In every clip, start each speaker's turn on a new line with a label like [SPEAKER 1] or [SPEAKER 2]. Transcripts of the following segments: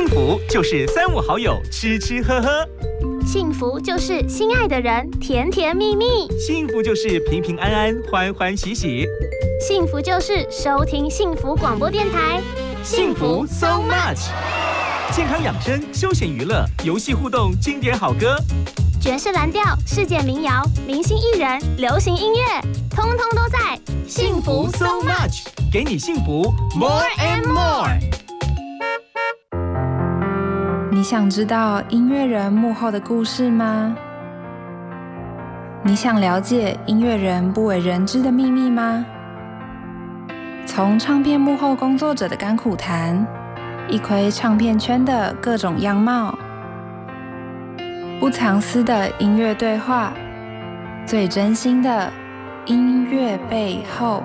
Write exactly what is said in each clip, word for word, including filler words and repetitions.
[SPEAKER 1] 福就是三五好友吃吃喝喝，
[SPEAKER 2] 幸福就是心爱的人甜甜蜜蜜，
[SPEAKER 1] 幸福就是平平安安欢欢喜喜，
[SPEAKER 2] 幸福就是收听幸福广播电台，
[SPEAKER 1] 幸福 so much。健康养生、休闲娱乐、游戏互动、经典好歌、
[SPEAKER 2] 爵士蓝调、世界民谣、明星艺人、流行音乐，通通都在幸福 so much，
[SPEAKER 1] 给你幸福 more and more。
[SPEAKER 3] 你想知道音乐人幕后的故事吗？你想了解音乐人不为人知的秘密吗？从唱片幕后工作者的甘苦谈，一窥唱片圈的各种样貌，不藏私的音乐对话，最真心的音乐背后。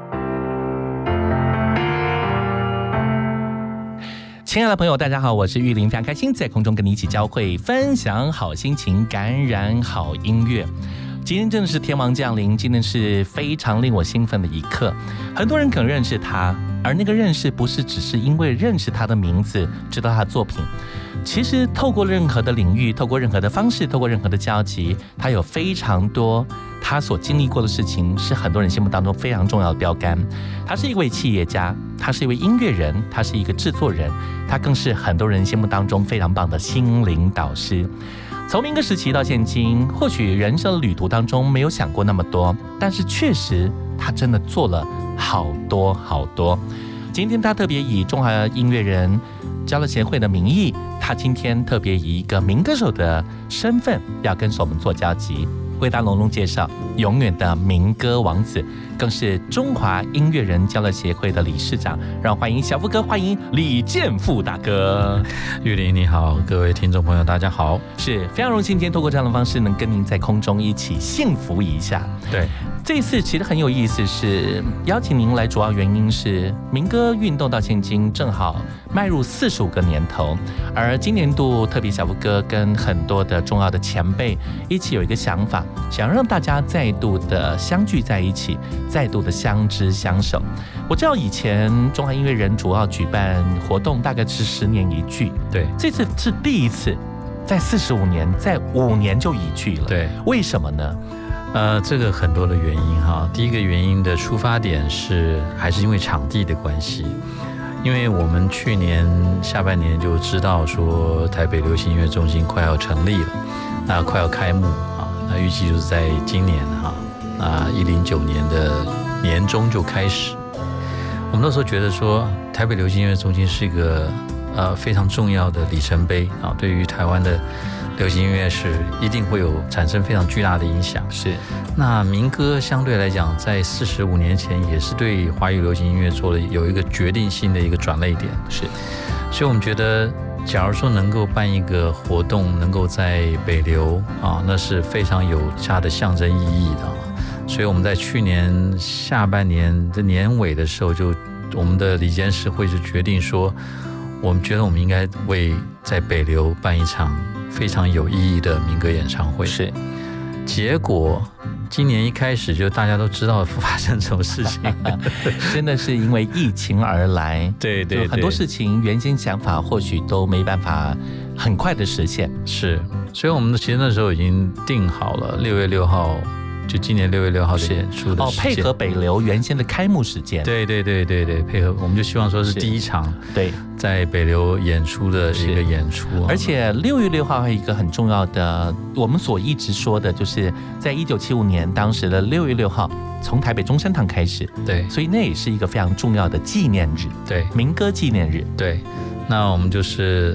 [SPEAKER 1] 亲爱的朋友，大家好，我是玉林，非常开心在空中跟你一起交汇，分享好心情，感染好音乐。今天真的是天王降临，今天是非常令我兴奋的一刻。很多人可能认识他，而那个认识不是只是因为认识他的名字，知道他的作品。其实透过任何的领域，透过任何的方式，透过任何的交集，他有非常多他所经历过的事情，是很多人心目当中非常重要的标杆。他是一位企业家，他是一位音乐人，他是一个制作人，他更是很多人心目当中非常棒的心灵导师。从民歌时期到现今，或许人生的旅途当中没有想过那么多，但是确实他真的做了好多好多。今天他特别以中华音乐人交流协会的名义，他今天特别以一个民歌手的身份要跟我们做交集，为大家隆隆介绍永远的民歌王子，更是中华音乐人交流协会的理事长。让我欢迎小富哥，欢迎李建富大哥。
[SPEAKER 4] 玉林你好，各位听众朋友大家好，
[SPEAKER 1] 是非常荣幸今天透过这样的方式能跟您在空中一起幸福一下。
[SPEAKER 4] 对，
[SPEAKER 1] 这一次其实很有意思，是邀请您来，主要原因是民歌运动到现今正好迈入四十五个年头，而今年度特别小富哥跟很多的重要的前辈一起有一个想法，想让大家再度的相聚在一起，再度的相知相守。我知道以前中华音乐人主要举办活动大概是十年一聚，
[SPEAKER 4] 对，
[SPEAKER 1] 这次是第一次在四十五年，在五年就一聚了。
[SPEAKER 4] 对，
[SPEAKER 1] 为什么呢？
[SPEAKER 4] 呃，这个很多的原因哈。第一个原因的出发点是还是因为场地的关系，因为我们去年下半年就知道说台北流行音乐中心快要成立了，那快要开幕啊，那预计就是在今年哈，啊一零九年的年中就开始。我们那时候觉得说台北流行音乐中心是一个呃非常重要的里程碑啊，对于台湾的流行音乐是一定会有产生非常巨大的影响。
[SPEAKER 1] 是，
[SPEAKER 4] 那民歌相对来讲，在四十五年前也是对华语流行音乐做了有一个决定性的一个转捩点。
[SPEAKER 1] 是，
[SPEAKER 4] 所以我们觉得，假如说能够办一个活动，能够在北流啊，那是非常有它的象征意义的。所以我们在去年下半年的年尾的时候就，我们的理监事会就决定说，我们觉得我们应该为在北流办一场非常有意义的民歌演唱会。
[SPEAKER 1] 是，
[SPEAKER 4] 结果今年一开始就大家都知道发生什么事情，
[SPEAKER 1] 真的是因为疫情而来。
[SPEAKER 4] 对对对，
[SPEAKER 1] 很多事情原先想法或许都没办法很快的实现。
[SPEAKER 4] 是，所以我们其实那时候已经定好了六月六号。就今年六月六号的演出的时间，
[SPEAKER 1] 哦，配合北流原先的开幕时间。
[SPEAKER 4] 对对对对对，配合，我们就希望说是第一场
[SPEAKER 1] 对
[SPEAKER 4] 在北流演出的一个演出。
[SPEAKER 1] 而且六月六号还有一个很重要的，我们所一直说的，就是在一九七五年当时的六月六号，从台北中山堂开始。
[SPEAKER 4] 对，
[SPEAKER 1] 所以那也是一个非常重要的纪念日。
[SPEAKER 4] 对，
[SPEAKER 1] 民歌纪念日。
[SPEAKER 4] 对。那我们就是，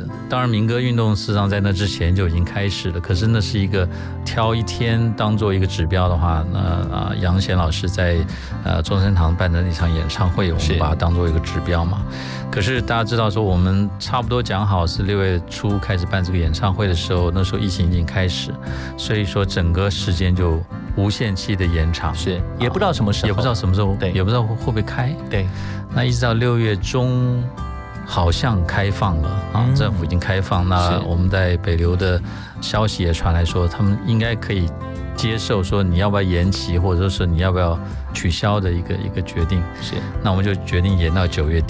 [SPEAKER 4] 当然民歌运动事实上在那之前就已经开始了，可是那是一个挑一天当做一个指标的话，那啊杨贤老师在呃中山堂办的那场演唱会，我们把它当做一个指标嘛。可是大家知道说，我们差不多讲好是六月初开始办这个演唱会的时候，那时候疫情已经开始，所以说整个时间就无限期的延长，
[SPEAKER 1] 是也不知道什么时候，
[SPEAKER 4] 也不知道什么时候，
[SPEAKER 1] 对，
[SPEAKER 4] 也不知道会不会开，
[SPEAKER 1] 对。
[SPEAKER 4] 那一直到六月中。好像开放了啊，政府已经开放。那我们在北流的消息也传来说，他们应该可以接受说你要不要延期，或者说是你要不要取消的一个一个决定。
[SPEAKER 1] 是，
[SPEAKER 4] 那我们就决定延到九月底。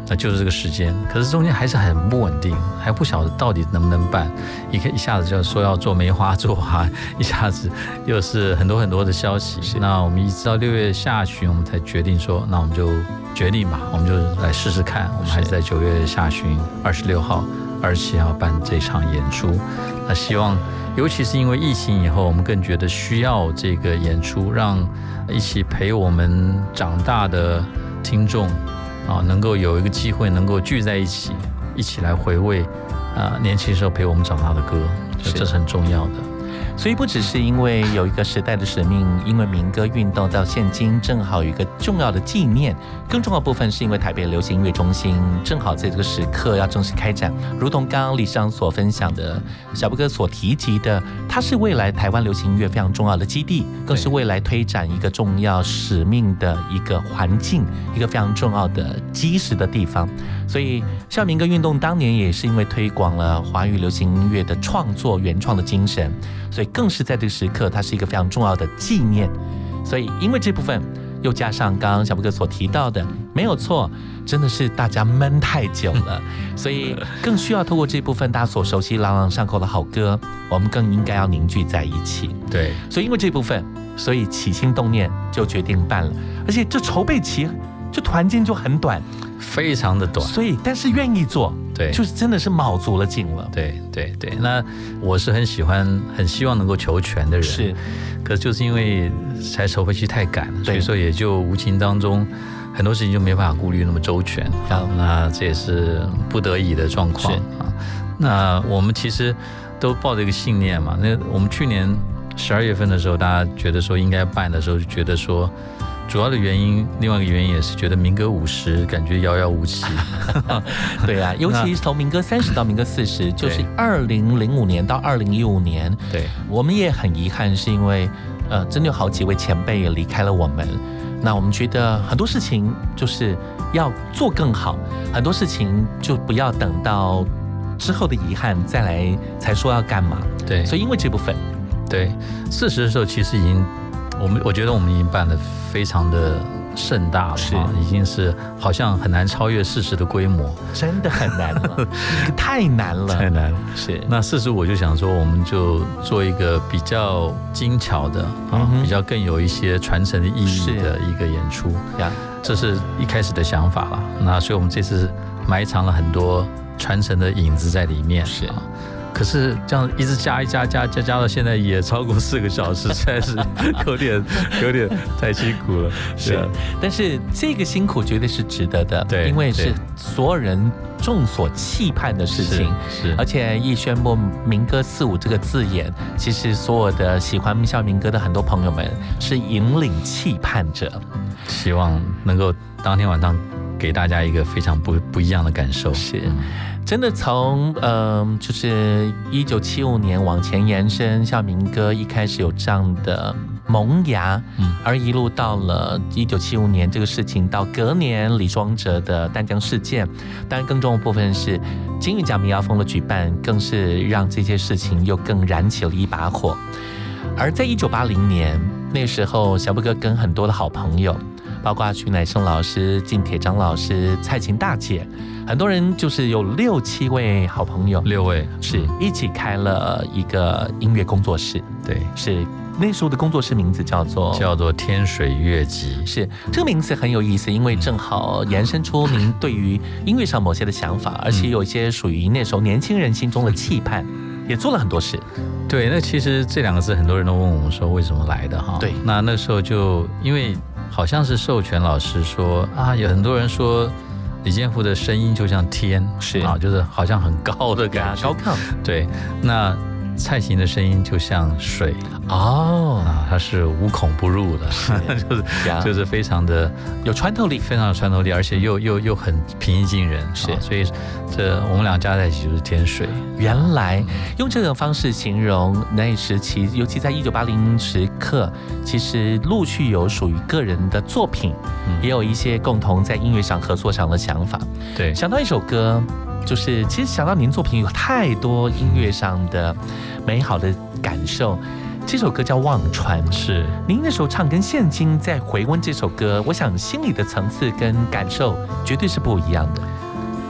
[SPEAKER 4] 那就是这个时间，可是中间还是很不稳定，还不晓得到底能不能办。一一下子就说要做梅花座啊，一下子又是很多很多的消息。那我们一直到六月下旬，我们才决定说，那我们就决定吧，我们就来试试看。我们还是在九月下旬二十六号、二十七号办这场演出。那希望，尤其是因为疫情以后，我们更觉得需要这个演出，让一起陪我们长大的听众。啊，能够有一个机会能够聚在一起，一起来回味啊年轻时候陪我们长大的歌，这是很重要的。
[SPEAKER 1] 所以不只是因为有一个时代的使命，因为民歌运动到现今正好有一个重要的纪念，更重要的部分是因为台北流行音乐中心正好在这个时刻要正式开展，如同刚刚理事长所分享的，小布哥所提及的，它是未来台湾流行音乐非常重要的基地，更是未来推展一个重要使命的一个环境，一个非常重要的基石的地方。所以校民歌运动当年也是因为推广了华语流行音乐的创作原创的精神，所以更是在这个时刻它是一个非常重要的纪念。所以因为这部分又加上刚刚小布哥所提到的，没有错，真的是大家闷太久了，所以更需要透过这部分大家所熟悉朗朗上口的好歌，我们更应该要凝聚在一起。
[SPEAKER 4] 对，
[SPEAKER 1] 所以因为这部分，所以起心动念就决定办了，而且这筹备期就团间就很短，
[SPEAKER 4] 非常的短，
[SPEAKER 1] 所以但是愿意做，
[SPEAKER 4] 对，
[SPEAKER 1] 就是真的是卯足了劲了。
[SPEAKER 4] 对对对，那我是很喜欢、很希望能够求全的人，
[SPEAKER 1] 是，
[SPEAKER 4] 可是就是因为才筹备期太赶，所以说也就无形当中很多事情就没办法顾虑那么周全啊。那这也是不得已的状况啊。那我们其实都抱着一个信念嘛，那我们去年十二月份的时候，大家觉得说应该办的时候，就觉得说。主要的原因，另外一个原因也是觉得民歌五十感觉遥遥无期。
[SPEAKER 1] 对啊，尤其是从民歌三十到民歌四十，就是二零零五年到二零一五年。
[SPEAKER 4] 对，
[SPEAKER 1] 我们也很遗憾，是因为呃，真的有好几位前辈也离开了我们。那我们觉得很多事情就是要做更好，很多事情就不要等到之后的遗憾再来才说要干嘛。
[SPEAKER 4] 对，
[SPEAKER 1] 所以因为这部分，
[SPEAKER 4] 对四十的时候其实已经。我们我觉得我们已经办得非常的盛大了，是已经是好像很难超越四十的规模，
[SPEAKER 1] 真的很难了，太难了，
[SPEAKER 4] 太难了。
[SPEAKER 1] 是
[SPEAKER 4] 那四十，我就想说，我们就做一个比较精巧的啊，嗯、比较更有一些传承的意义的一个演出呀，这是一开始的想法了。那所以我们这次埋藏了很多传承的影子在里面，是啊。可是这样一直加一加加加加到现在也超过四个小时，实在是有点有点太辛苦了。
[SPEAKER 1] 是，但是这个辛苦绝对是值得的，
[SPEAKER 4] 对，
[SPEAKER 1] 因为是所有人众所期盼的事情。
[SPEAKER 4] 是，
[SPEAKER 1] 而且一宣布民歌四五这个字眼，其实所有的喜欢校民歌的很多朋友们是引领期盼者，
[SPEAKER 4] 希望能够当天晚上给大家一个非常不不一样的感受。
[SPEAKER 1] 是。嗯真的从呃，就是一九七五年往前延伸，校民歌一开始有这样的萌芽，嗯，而一路到了一九七五年这个事情，到隔年李双泽的淡江事件，当然更重要的部分是金韵奖民谣风的举办，更是让这些事情又更燃起了一把火。而在一九八零年那时候，小布哥跟很多的好朋友，包括徐乃胜老师、靳铁章老师、蔡琴大姐。很多人就是有六七位好朋友，
[SPEAKER 4] 六位
[SPEAKER 1] 是一起开了一个音乐工作室。
[SPEAKER 4] 对，
[SPEAKER 1] 是那时候的工作室名字叫做
[SPEAKER 4] 叫做天水乐集。
[SPEAKER 1] 是这个名字很有意思，因为正好延伸出您对于音乐上某些的想法，而且有一些属于那时候年轻人心中的期盼，也做了很多事。
[SPEAKER 4] 对，那其实这两个字很多人都问我们说为什么来的哈。
[SPEAKER 1] 对，
[SPEAKER 4] 那那时候就因为好像是授权老师说啊，有很多人说。李健富的声音就像天，
[SPEAKER 1] 是
[SPEAKER 4] 啊，就是好像很高的感觉，
[SPEAKER 1] 高亢。
[SPEAKER 4] 对，那蔡琴的声音就像水
[SPEAKER 1] 哦，
[SPEAKER 4] 啊，它是无孔不入的，就是就是非常的
[SPEAKER 1] 有穿透力，
[SPEAKER 4] 非常有穿透力，而且又又又很平易近人，
[SPEAKER 1] 是，
[SPEAKER 4] 啊、所以这我们俩加在一起就是天水。
[SPEAKER 1] 原来用这种方式形容那一时期，尤其在一九八零时刻，其实陆续有属于个人的作品，嗯、也有一些共同在音乐上合作上的想法。
[SPEAKER 4] 对，
[SPEAKER 1] 想到一首歌。就是其实想到您作品有太多音乐上的美好的感受，这首歌叫《忘川》，
[SPEAKER 4] 是
[SPEAKER 1] 您那时候唱跟现今在回温这首歌，我想心里的层次跟感受绝对是不一样的。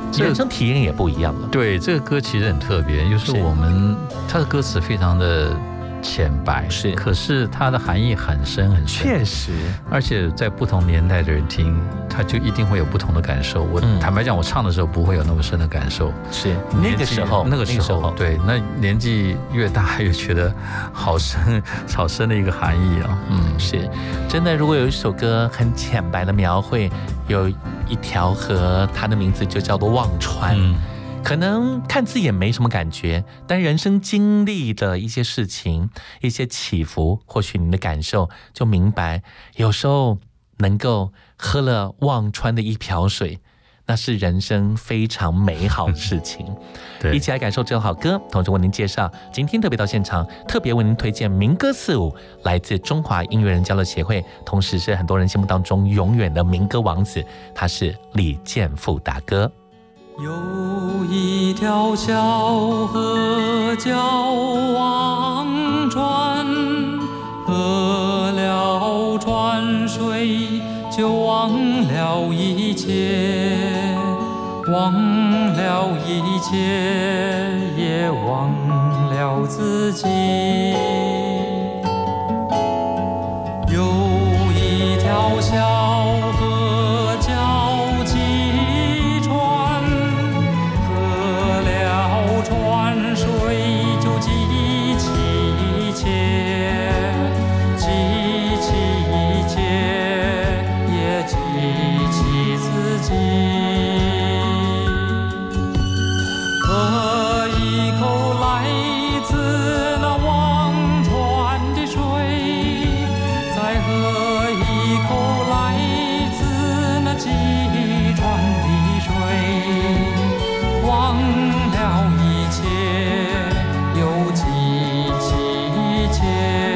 [SPEAKER 1] 人生体验也不一样了。
[SPEAKER 4] 对，这个歌其实很特别，就是我们它的歌词非常的浅白，
[SPEAKER 1] 是，
[SPEAKER 4] 可是它的含义很深很深，
[SPEAKER 1] 确实，
[SPEAKER 4] 而且在不同年代的人听，他就一定会有不同的感受。我、嗯、坦白讲，我唱的时候不会有那么深的感受，
[SPEAKER 1] 是那个时候，
[SPEAKER 4] 那个时候，对，那年纪越大越觉得好深、好深的一个含义啊。
[SPEAKER 1] 嗯，是真的。如果有一首歌很浅白的描绘，有一条河，它的名字就叫做忘川。嗯，可能看字也没什么感觉，但人生经历的一些事情，一些起伏，或许你的感受就明白，有时候能够喝了忘川的一瓢水，那是人生非常美好的事情。对，一起来感受这首好歌，同时为您介绍今天特别到现场，特别为您推荐民歌四舞，来自中华音乐人交流协会，同时是很多人心目当中永远的民歌王子，他是李健富大哥。
[SPEAKER 5] 有一条小河叫忘川，喝了川水就忘了一切，忘了一切也忘了自己。有一条小河叫济川，喝了川水就记起一切，记起一切也记起自己。喝一口来自那忘川的水，再喝一口来自那济川的水，忘了一切又记起一切。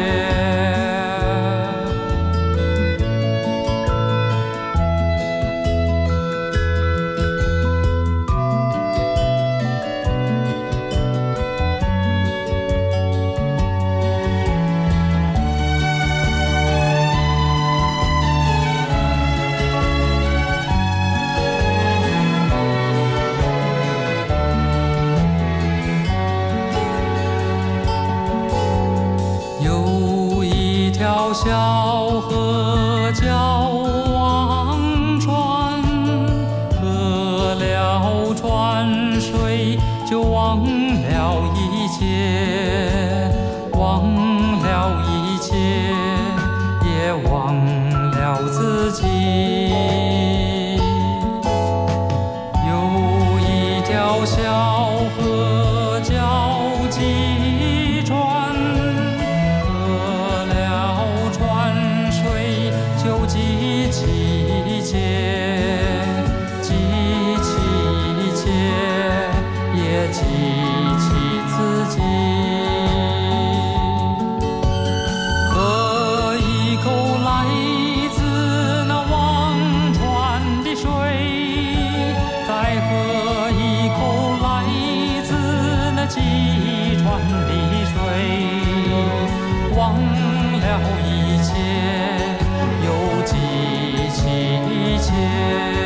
[SPEAKER 5] 小河叫忘川，喝了川水就忘了一切，忘了一切也忘了自己。有一条小河叫济川，就记起一切，记起一切也记起自己。喝一口来自那忘川的水，再喝一口来自那济川的水，忘了一切又记起一切。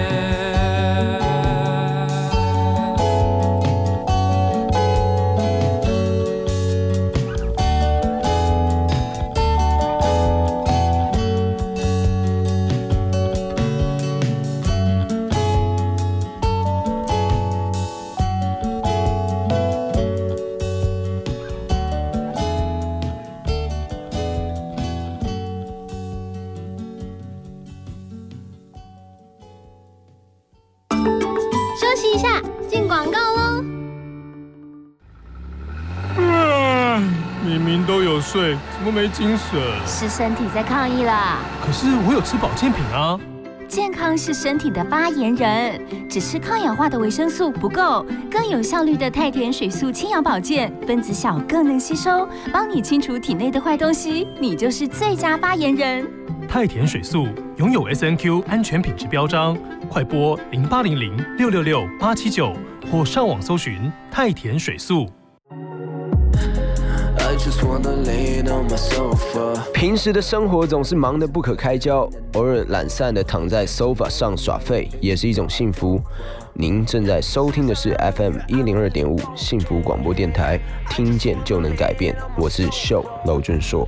[SPEAKER 6] 睡怎么没精神？
[SPEAKER 7] 是身体在抗议啦。
[SPEAKER 6] 可是我有吃保健品啊。
[SPEAKER 7] 健康是身体的发言人，只吃抗氧化的维生素不够，更有效率的太田水素清氧保健，分子小更能吸收，帮你清除体内的坏东西，你就是最佳发言人。
[SPEAKER 6] 太田水素拥有 S N Q 安全品质标章，快拨零八零零六六六八七九或上网搜寻太田水素。
[SPEAKER 8] 平时的生活总是忙得不可开交，偶尔懒散的躺在 sofa 上耍废也是一种幸福。您正在收听的是 F M 一零二点五幸福广播电台，听见就能改变。我是秀娄俊硕。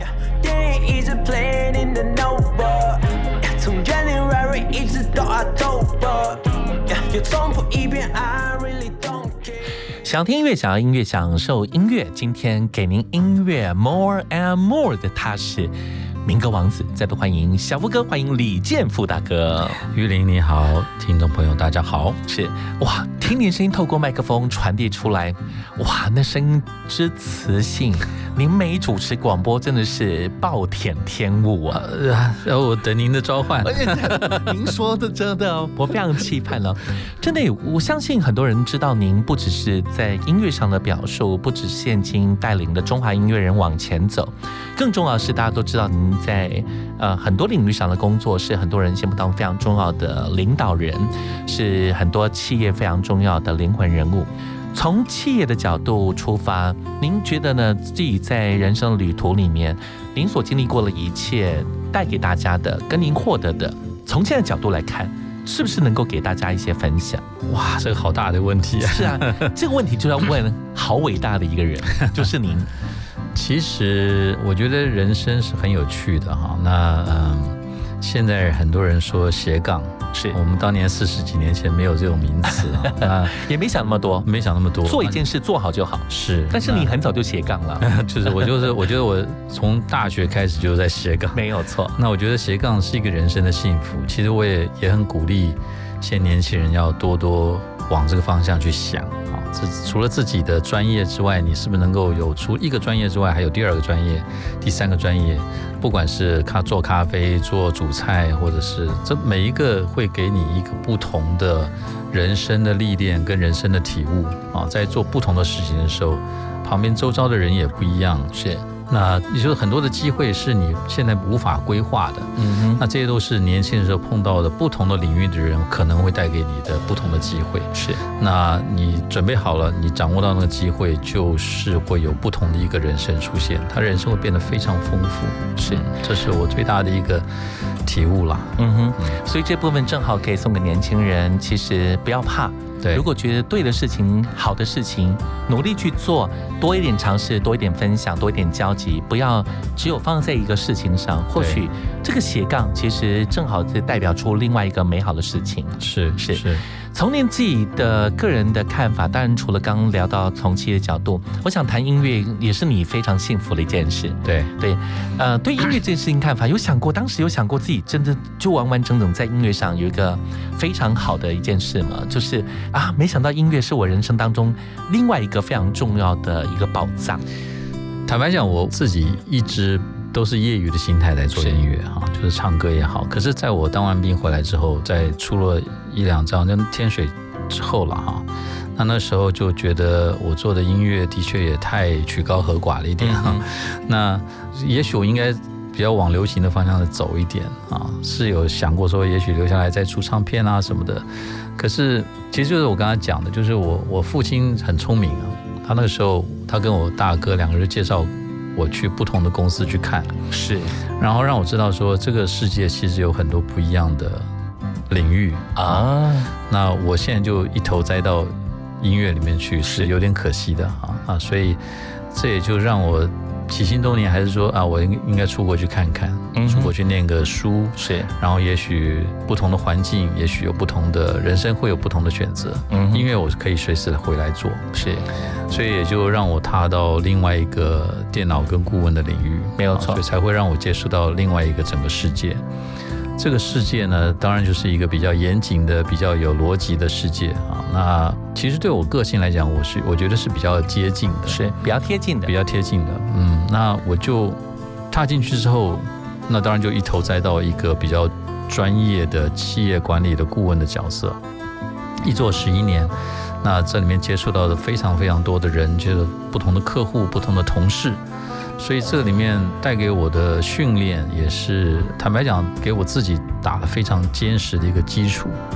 [SPEAKER 8] 从原点 Rary 一直到 October， 又重复一遍 I really don't care。
[SPEAKER 1] 想听音乐，想要音乐，享受音乐。今天给您音乐 More and More 的他是民歌王子，再度欢迎小福哥，欢迎李健富大哥。
[SPEAKER 4] 玉玲你好，听众朋友大家好。
[SPEAKER 1] 是哇，听您声音透过麦克风传递出来，哇，那声音之磁性，您每主持广播真的是暴殄天物啊！
[SPEAKER 4] 然后我等您的召唤。
[SPEAKER 1] 您说的真的，我非常期盼了。真的，我相信很多人知道您不只是在音乐上的表述，不只是现今带领的中华音乐人往前走，更重要的是大家都知道您在呃很多领域上的工作是很多人心目当中非常重要的领导人，是很多企业非常重要的灵魂人物。从企业的角度出发，您觉得呢？自己在人生的旅途里面，您所经历过的一切，带给大家的，跟您获得的，从现在角度来看，是不是能够给大家一些分享？
[SPEAKER 4] 哇，这个好大的问题啊！
[SPEAKER 1] 是啊，这个问题就要问好伟大的一个人，就是您。
[SPEAKER 4] 其实我觉得人生是很有趣的哈。那嗯，现在很多人说斜杠，
[SPEAKER 1] 是
[SPEAKER 4] 我们当年四十几年前没有这种名词啊，那
[SPEAKER 1] 也没想那么多，
[SPEAKER 4] 没想那么多，
[SPEAKER 1] 做一件事做好就好。
[SPEAKER 4] 是，
[SPEAKER 1] 但是你很早就斜杠了，
[SPEAKER 4] 就是我就是我觉得我从大学开始就在斜杠，
[SPEAKER 1] 没有错。
[SPEAKER 4] 那我觉得斜杠是一个人生的幸福。其实我也也很鼓励现在年轻人要多多往这个方向去想。除了自己的专业之外，你是不是能够有除一个专业之外，还有第二个专业、第三个专业？不管是咖做咖啡、做煮菜，或者是这每一个会给你一个不同的人生的历练跟人生的体悟啊。在做不同的事情的时候，旁边周遭的人也不一样，
[SPEAKER 1] 是。
[SPEAKER 4] 那也就是很多的机会是你现在无法规划的，嗯哼，那这些都是年轻的时候碰到的不同的领域的人可能会带给你的不同的机会。
[SPEAKER 1] 是，
[SPEAKER 4] 那你准备好了，你掌握到那个机会，就是会有不同的一个人生出现，他人生会变得非常丰富。
[SPEAKER 1] 是，
[SPEAKER 4] 这是我最大的一个体悟啦。
[SPEAKER 1] 嗯哼，所以这部分正好可以送给年轻人，其实不要怕。
[SPEAKER 4] 对，
[SPEAKER 1] 如果觉得对的事情、好的事情，努力去做，多一点尝试，多一点分享，多一点交集，不要只有放在一个事情上。或许这个斜杠其实正好是代表出另外一个美好的事情。
[SPEAKER 4] 是是是。
[SPEAKER 1] 从您自己的个人的看法，当然除了刚刚聊到从企业的角度，我想谈音乐也是你非常幸福的一件事。
[SPEAKER 4] 对
[SPEAKER 1] 对，呃，对音乐这件事情看法，有想过当时有想过自己真的就完完整整在音乐上有一个非常好的一件事吗？就是啊，没想到音乐是我人生当中另外一个非常重要的一个宝藏。
[SPEAKER 4] 坦白讲，我自己一直都是业余的心态在做音乐哈，就是唱歌也好。可是在我当完兵回来之后，在出了一两张跟天水之后了哈，那那时候就觉得我做的音乐的确也太曲高和寡了一点哈、嗯。那也许我应该比较往流行的方向走一点啊，是有想过说也许留下来再出唱片啊什么的。可是其实就是我刚才讲的，就是我我父亲很聪明啊，他那个时候他跟我大哥两个人介绍我去不同的公司去看，
[SPEAKER 1] 是，
[SPEAKER 4] 然后让我知道说这个世界其实有很多不一样的领域啊。那我现在就一头栽到音乐里面去，是有点可惜的啊啊，所以这也就让我起心动念，还是说啊，我应该出国去看看，嗯、出国去念个书，
[SPEAKER 1] 是，
[SPEAKER 4] 然后也许不同的环境，也许有不同的人生，会有不同的选择。嗯，音乐我可以随时回来做，
[SPEAKER 1] 是，
[SPEAKER 4] 所以也就让我踏到另外一个电脑跟顾问的领域，
[SPEAKER 1] 没有错，
[SPEAKER 4] 所以才会让我接触到另外一个整个世界。这个世界呢，当然就是一个比较严谨的、比较有逻辑的世界啊。那其实对我个性来讲，我是我觉得是比较接近的，
[SPEAKER 1] 是比较贴近的，
[SPEAKER 4] 比较贴近的。嗯，那我就踏进去之后，那当然就一头栽到一个比较专业的企业管理的顾问的角色，一做十一年。那这里面接触到的非常非常多的人，就是不同的客户、不同的同事。所以这里面带给我的训练，也是坦白讲，给我自己打了非常坚实的一个基础，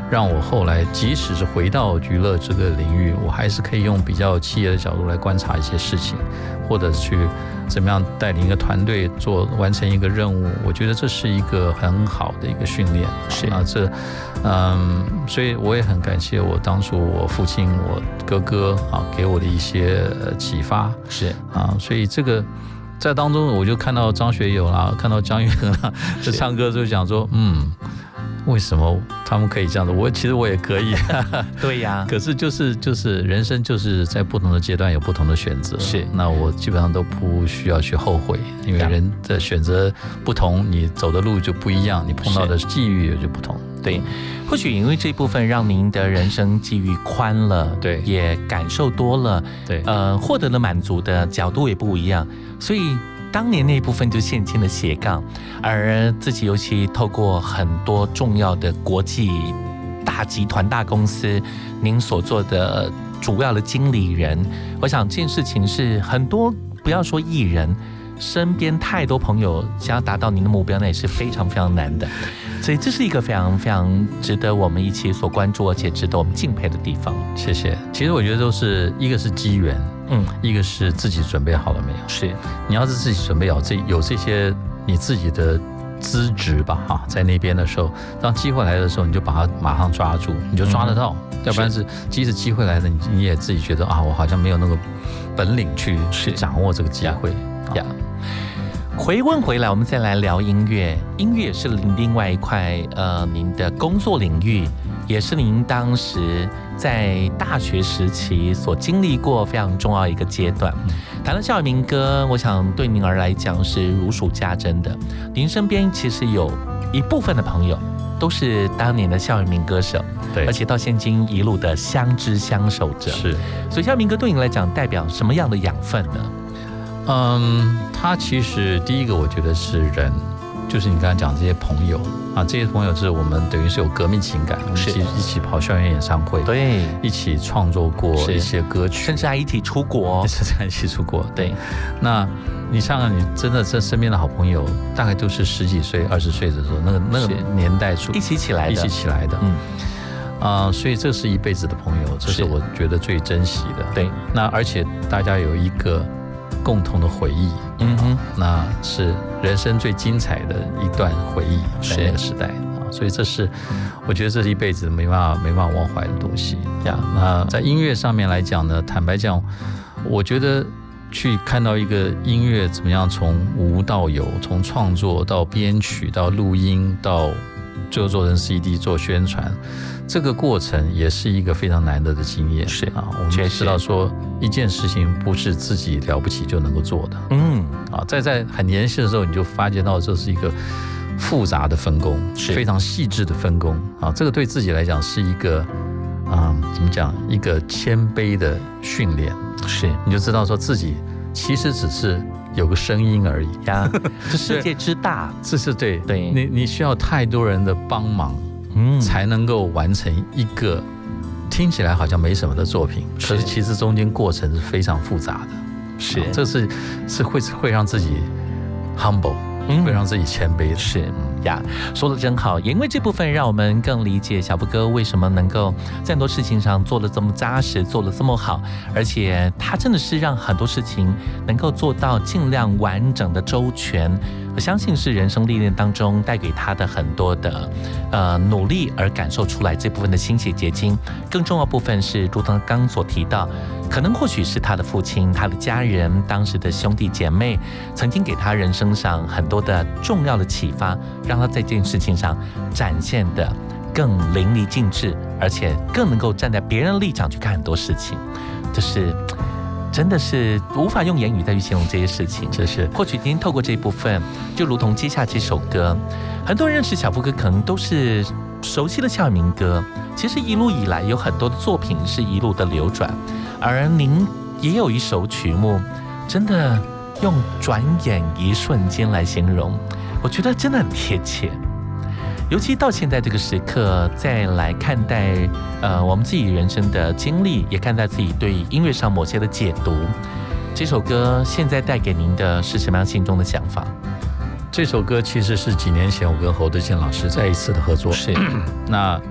[SPEAKER 4] 让我后来即使是回到娱乐这个领域，我还是可以用比较企业的角度来观察一些事情，或者去怎么样带领一个团队做完成一个任务。我觉得这是一个很好的一个训练。
[SPEAKER 1] 是
[SPEAKER 4] 啊，这嗯，所以我也很感谢我当初我父亲、我哥哥啊给我的一些启发。
[SPEAKER 1] 是
[SPEAKER 4] 啊，所以这个。在当中，我就看到张学友啦，看到姜育恒啦，就唱歌就想说，嗯，为什么他们可以这样子？我其实我也可以。
[SPEAKER 1] 对呀，
[SPEAKER 4] 可是就是就是人生就是在不同的阶段有不同的选择。
[SPEAKER 1] 是，
[SPEAKER 4] 那我基本上都不需要去后悔，因为人的选择不同，你走的路就不一样，你碰到的际遇也就不同。
[SPEAKER 1] 对，或许因为这部分让您的人生际遇宽了，
[SPEAKER 4] 对，
[SPEAKER 1] 也感受多了，
[SPEAKER 4] 对，
[SPEAKER 1] 呃，获得了满足的角度也不一样，所以当年那一部分就现今的斜杠，而自己尤其透过很多重要的国际大集团、大公司，您所做的主要的经理人，我想这件事情是很多，不要说艺人，身边太多朋友想要达到您的目标，那也是非常非常难的。所以这是一个非常非常值得我们一起所关注，而且值得我们敬佩的地方。
[SPEAKER 4] 谢谢。其实我觉得都是一个是机缘，嗯，一个是自己准备好了没有。
[SPEAKER 1] 是，
[SPEAKER 4] 你要是自己准备好，这有这些你自己的资质吧，哈，在那边的时候，当机会来的时候，你就把它马上抓住，你就抓得到。嗯、要不然是即使机会来了，你你也自己觉得啊，我好像没有那个本领去去掌握这个机会呀。
[SPEAKER 1] 回问回来，我们再来聊音乐。音乐是另外一块，呃，您的工作领域，也是您当时在大学时期所经历过非常重要一个阶段。谈到校园民歌，我想对您而来讲是如数家珍的。您身边其实有一部分的朋友都是当年的校园民歌手，
[SPEAKER 4] 对，
[SPEAKER 1] 而且到现今一路的相知相守着。
[SPEAKER 4] 是，
[SPEAKER 1] 所以校园民歌对您来讲代表什么样的养分呢？
[SPEAKER 4] 嗯，他其实第一个我觉得是人，就是你刚才讲这些朋友啊，这些朋友是我们等于是有革命情感，我们一起一起跑校园演唱会，
[SPEAKER 1] 对，
[SPEAKER 4] 一起创作过一些歌曲，
[SPEAKER 1] 甚至还一起出国，
[SPEAKER 4] 甚至还一起出国。
[SPEAKER 1] 对，
[SPEAKER 4] 那你想想，你真的这身边的好朋友，大概都是十几岁、二十岁的时候，那个那个年代出
[SPEAKER 1] 一起起来的，
[SPEAKER 4] 一起起来的，嗯。啊、呃，所以这是一辈子的朋友，这是我觉得最珍惜的。
[SPEAKER 1] 对，
[SPEAKER 4] 那而且大家有一个共同的回忆，嗯哼，那是人生最精彩的一段回忆，在那个时代啊，所以这是我觉得这是一辈子没办法没办法忘怀的东西呀。那在音乐上面来讲呢，坦白讲，我觉得去看到一个音乐怎么样从无到有，从创作到编曲到录音到最后做成 C D 做宣传，这个过程也是一个非常难得的经验。
[SPEAKER 1] 是
[SPEAKER 4] 啊，我们知道说一件事情不是自己了不起就能够做的。嗯，啊，在在很年轻的时候，你就发觉到这是一个复杂的分工，非常细致的分工啊。这个对自己来讲是一个啊、嗯，怎么讲？一个谦卑的训练。
[SPEAKER 1] 是，
[SPEAKER 4] 你就知道说自己其实只是有个声音而已
[SPEAKER 1] 呀。这世界之大，
[SPEAKER 4] 这是对
[SPEAKER 1] 对，
[SPEAKER 4] 你你需要太多人的帮忙。嗯，才能够完成一个听起来好像没什么的作品，可是其实中间过程是非常复杂的。是，这是是会会让自己 humble，、嗯、会让自己谦卑的。
[SPEAKER 1] 是呀，说得真好，也因为这部分让我们更理解小布哥为什么能够在很多事情上做得这么扎实，做得这么好，而且他真的是让很多事情能够做到尽量完整的周全。我相信是人生历练当中带给他的很多的呃努力而感受出来这部分的心血结晶。更重要部分是，如同刚刚所提到，可能或许是他的父亲、他的家人、当时的兄弟姐妹，曾经给他人生上很多的重要的启发，让他在这件事情上展现的更淋漓尽致，而且更能够站在别人的立场去看很多事情。这是。真的是无法用言语再去形容这些事情。
[SPEAKER 4] 这是
[SPEAKER 1] 或许今天透过这一部分，就如同接下这首歌，很多人认识小布哥可能都是熟悉的校园民歌，其实一路以来有很多的作品是一路的流转，而您也有一首曲目，真的用转眼一瞬间来形容，我觉得真的很贴切。尤其到现在这个时刻，再来看待呃我们自己人生的经历，也看待自己对音乐上某些的解读。这首歌现在带给您的是什么样心中的想法？
[SPEAKER 4] 这首歌其实是几年前我跟侯德健老师再一次的合作。
[SPEAKER 1] 是，
[SPEAKER 4] 那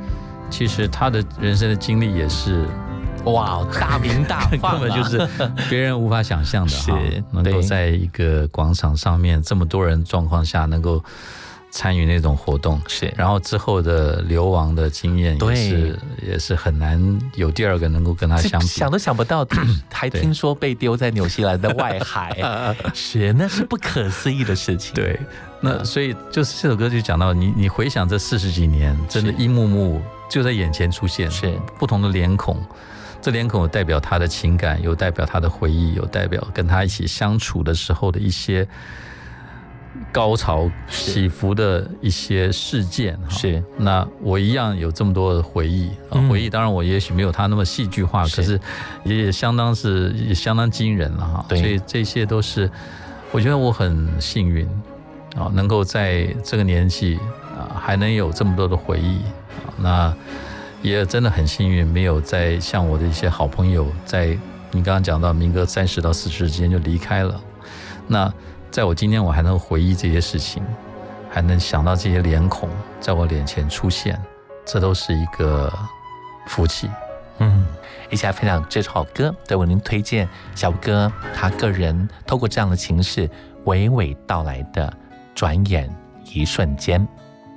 [SPEAKER 4] 其实他的人生的经历也是。
[SPEAKER 1] 哇，大名大放、啊，
[SPEAKER 4] 根本就是别人无法想象的哈。
[SPEAKER 1] 是，
[SPEAKER 4] 能够在一个广场上面这么多人状况下，能够参与那种活动，
[SPEAKER 1] 是。
[SPEAKER 4] 然后之后的流亡的经验也是也是很难有第二个能够跟他相比，
[SPEAKER 1] 想都想不到，还听说被丢在纽西兰的外海，是，那是不可思议的事情。
[SPEAKER 4] 对，那所以就是这首歌就讲到你，你回想这四十几年，真的一幕幕就在眼前出现，
[SPEAKER 1] 是
[SPEAKER 4] 不同的脸孔。这脸孔有代表他的情感，有代表他的回忆，有代表跟他一起相处的时候的一些高潮起伏的一些事件。
[SPEAKER 1] 是，
[SPEAKER 4] 那我一样有这么多的回忆，嗯、回忆当然我也许没有他那么戏剧化，可是也相当是也相当惊人了哈。所以这些都是我觉得我很幸运啊，能够在这个年纪啊还能有这么多的回忆啊。那也真的很幸运，没有在像我的一些好朋友，在你刚刚讲到民歌三十到四十之间就离开了。那在我今天我还能回忆这些事情，还能想到这些脸孔在我脸前出现，这都是一个福气。
[SPEAKER 1] 嗯，一起来分享这首好歌，对为您推荐小哥他个人透过这样的情势娓娓道来的转眼一瞬间。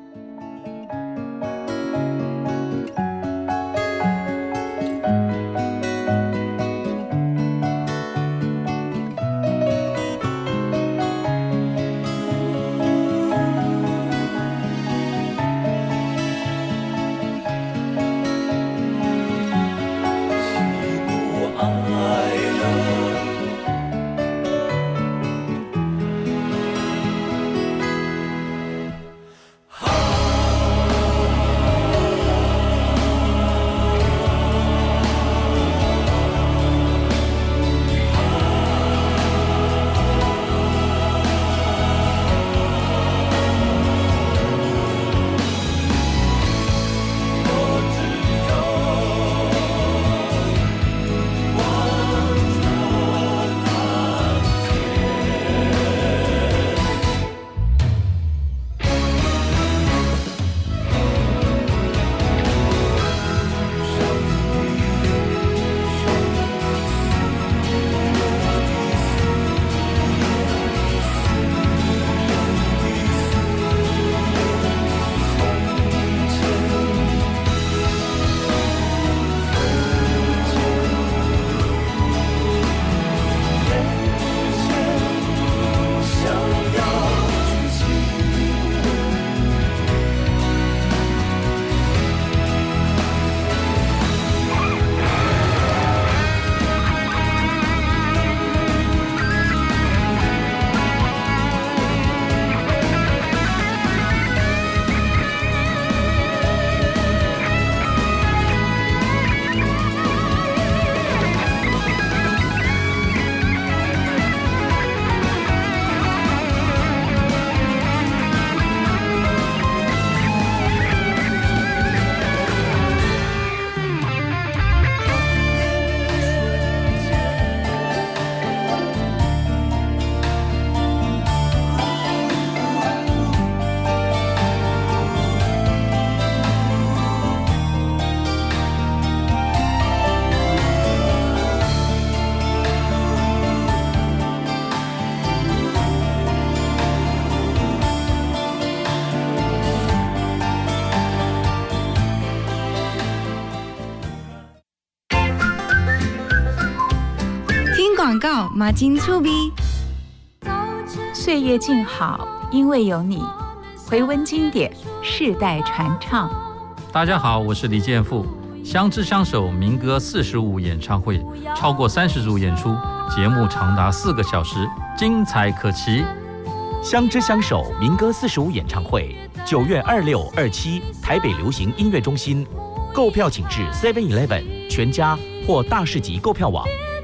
[SPEAKER 3] 广告马金醋逼，
[SPEAKER 9] 岁月静好，因为有你。回温经典，世代传唱。
[SPEAKER 4] 大家好，我是李健富。相知相守民歌四十五演唱会，超过三十组演出，节目长达四个小时，精彩可期。
[SPEAKER 10] 相知相守民歌四十五演唱会，九月二六、二七，台北流行音乐中心。购票请至 seven eleven 全家或大市集购票网。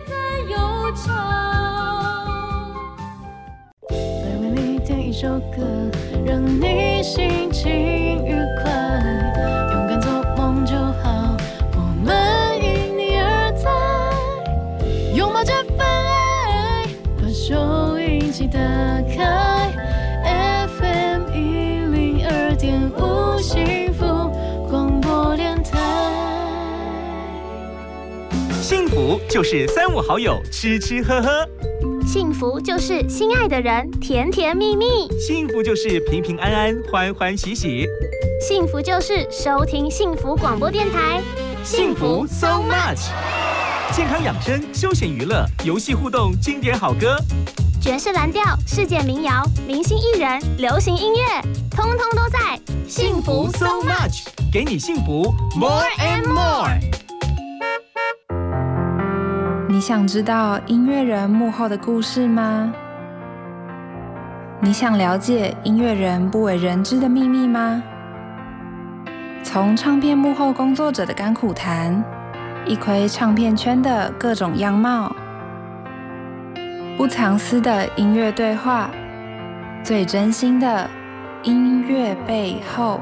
[SPEAKER 11] 来为你点一首歌，让你心情愉快，勇敢做梦就好，我们因你而在，拥抱这份爱，把收音机打开 ，F M 一零二点五幸福广播电台。
[SPEAKER 10] 就是三五好友吃吃喝喝，
[SPEAKER 2] 幸福就是心爱的人甜甜蜜蜜，
[SPEAKER 10] 幸福就是平平安安欢欢喜喜，
[SPEAKER 2] 幸福就是收听幸福广播电台，
[SPEAKER 10] 幸福 so much。健康养生、休闲娱乐、游戏互动、经典好歌、
[SPEAKER 2] 爵士蓝调、世界民谣、明星艺人、流行音乐，通通都在幸福 so much，
[SPEAKER 10] 给你幸福 more and more。
[SPEAKER 3] 你想知道音乐人幕后的故事吗？你想了解音乐人不为人知的秘密吗？从唱片幕后工作者的甘苦谈，一窥唱片圈的各种样貌，不藏私的音乐对话，最真心的音乐背后。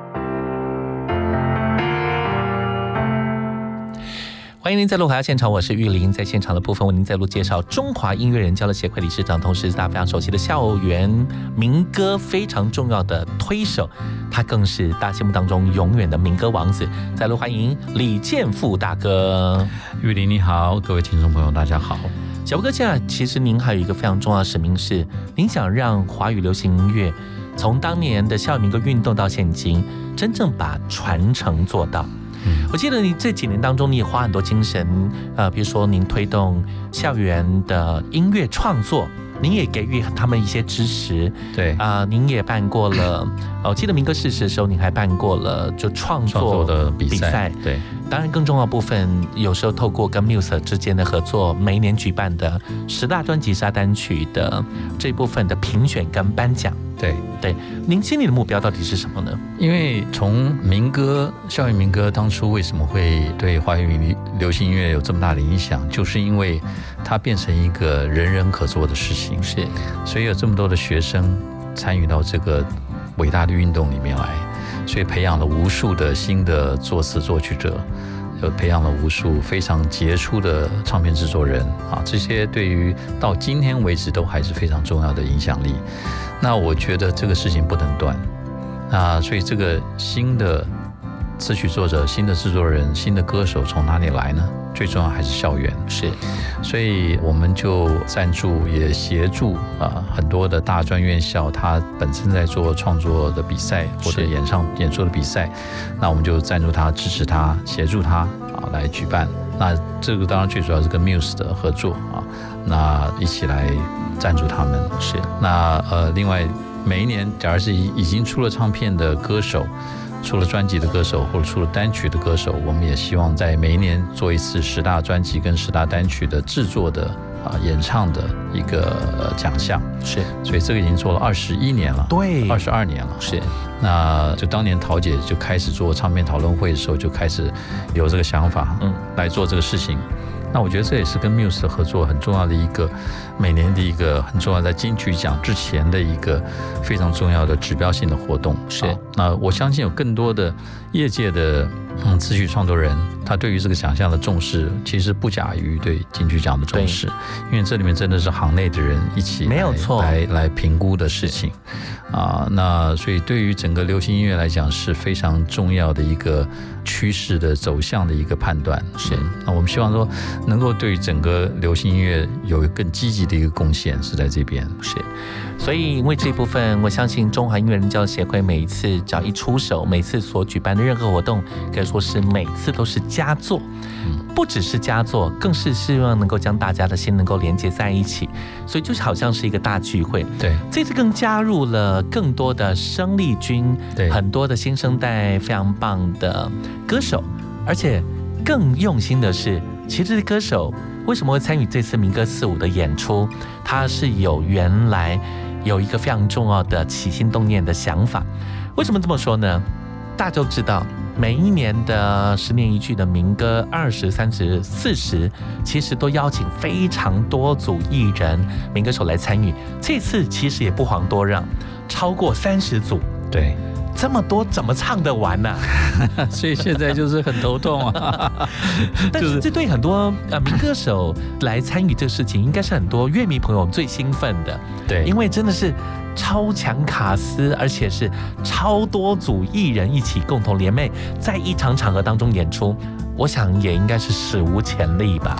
[SPEAKER 1] 欢迎您再录回到现场，我是玉林。在现场的部分为您再录介绍中华音乐人交流协会理事长，同时是大家非常熟悉的校园民歌非常重要的推手，他更是大家心目当中永远的民歌王子。再录欢迎李建富大哥。
[SPEAKER 4] 玉林你好，各位听众朋友大家好。
[SPEAKER 1] 小富哥，现在其实您还有一个非常重要的使命是，您想让华语流行音乐从当年的校园民歌运动到现今，真正把传承做到。我记得你这几年当中，你也花很多精神，呃，比如说您推动校园的音乐创作，您也给予他们一些支持，
[SPEAKER 4] 对
[SPEAKER 1] 啊、呃，您也办过了，我记得民歌四十的时候，您还办过了就创作
[SPEAKER 4] 的比赛，对。
[SPEAKER 1] 当然，更重要的部分，有时候透过跟 Muse 之间的合作，每一年举办的十大专辑、十大单曲的这一部分的评选跟颁奖。
[SPEAKER 4] 对
[SPEAKER 1] 对，您心里的目标到底是什么呢？
[SPEAKER 4] 因为从民歌、校园民歌当初为什么会对华语流行音乐有这么大的影响，就是因为它变成一个人人可做的事情，
[SPEAKER 1] 是，所
[SPEAKER 4] 以有这么多的学生参与到这个伟大的运动里面来。所以培养了无数的新的作词作曲者，又培养了无数非常杰出的唱片制作人啊，这些对于到今天为止都还是非常重要的影响力。那我觉得这个事情不能断啊，所以这个新的词曲作者、新的制作人、新的歌手从哪里来呢？最重要还是校园，
[SPEAKER 1] 是，
[SPEAKER 4] 所以我们就赞助也协助啊很多的大专院校，他本身在做创作的比赛或者演唱演出的比赛，那我们就赞助他、支持他、协助他啊来举办。那这个当然最主要是跟 Muse 的合作啊，那一起来赞助他们。
[SPEAKER 1] 是，
[SPEAKER 4] 那呃，另外每一年，假如是已经出了唱片的歌手。出了专辑的歌手或者出了单曲的歌手，我们也希望在每一年做一次十大专辑跟十大单曲的制作的啊演唱的一个、呃、奖项。
[SPEAKER 1] 是，
[SPEAKER 4] 所以这个已经做了二十一年了，
[SPEAKER 1] 对，
[SPEAKER 4] 二十二年了。
[SPEAKER 1] 是，
[SPEAKER 4] 那就当年陶姐就开始做唱片讨论会的时候，就开始有这个想法，嗯，来做这个事情。那我觉得这也是跟 Muse 的合作很重要的一个，每年的一个很重要，在金曲奖之前的一个非常重要的指标性的活动。
[SPEAKER 1] 是，
[SPEAKER 4] 啊、那我相信有更多的业界的嗯词曲创作人，他对于这个奖项的重视，其实不亚于对金曲奖的重视，因为这里面真的是行内的人一起来
[SPEAKER 1] 没有错
[SPEAKER 4] 来来评估的事情啊。那所以对于整个流行音乐来讲是非常重要的一个趋势的走向的一个判断。
[SPEAKER 1] 是，
[SPEAKER 4] 嗯、那我们希望说能够对整个流行音乐有更积极的一个贡献，是在这边。
[SPEAKER 1] 是，所以因为这部分，我相信中华音乐人交流协会每一次只要一出手，每次所举办的任何活动，可以说是每次都是佳作。不只是佳作，更是希望能够将大家的心能够连接在一起，所以就好像是一个大聚会。
[SPEAKER 4] 对，
[SPEAKER 1] 这次更加入了更多的生力军，
[SPEAKER 4] 对，
[SPEAKER 1] 很多的新生代非常棒的歌手，而且更用心的是，其实这些歌手为什么会参与这次民歌四五的演出？他是有原来有一个非常重要的起心动念的想法。为什么这么说呢？大家都知道，每一年的十年一句的民歌二十、三十、四十，其实都邀请非常多组艺人、民歌手来参与。这次其实也不遑多让，超过三十组。
[SPEAKER 4] 对。
[SPEAKER 1] 这么多怎么唱得完呢、
[SPEAKER 4] 啊？所以现在就是很头痛啊。
[SPEAKER 1] 但是这对很多呃民歌手来参与这个事情，应该是很多乐迷朋友最兴奋的。
[SPEAKER 4] 对，
[SPEAKER 1] 因为真的是超强卡司，而且是超多组艺人一起共同联袂，在一场场合当中演出，我想也应该是史无前例吧。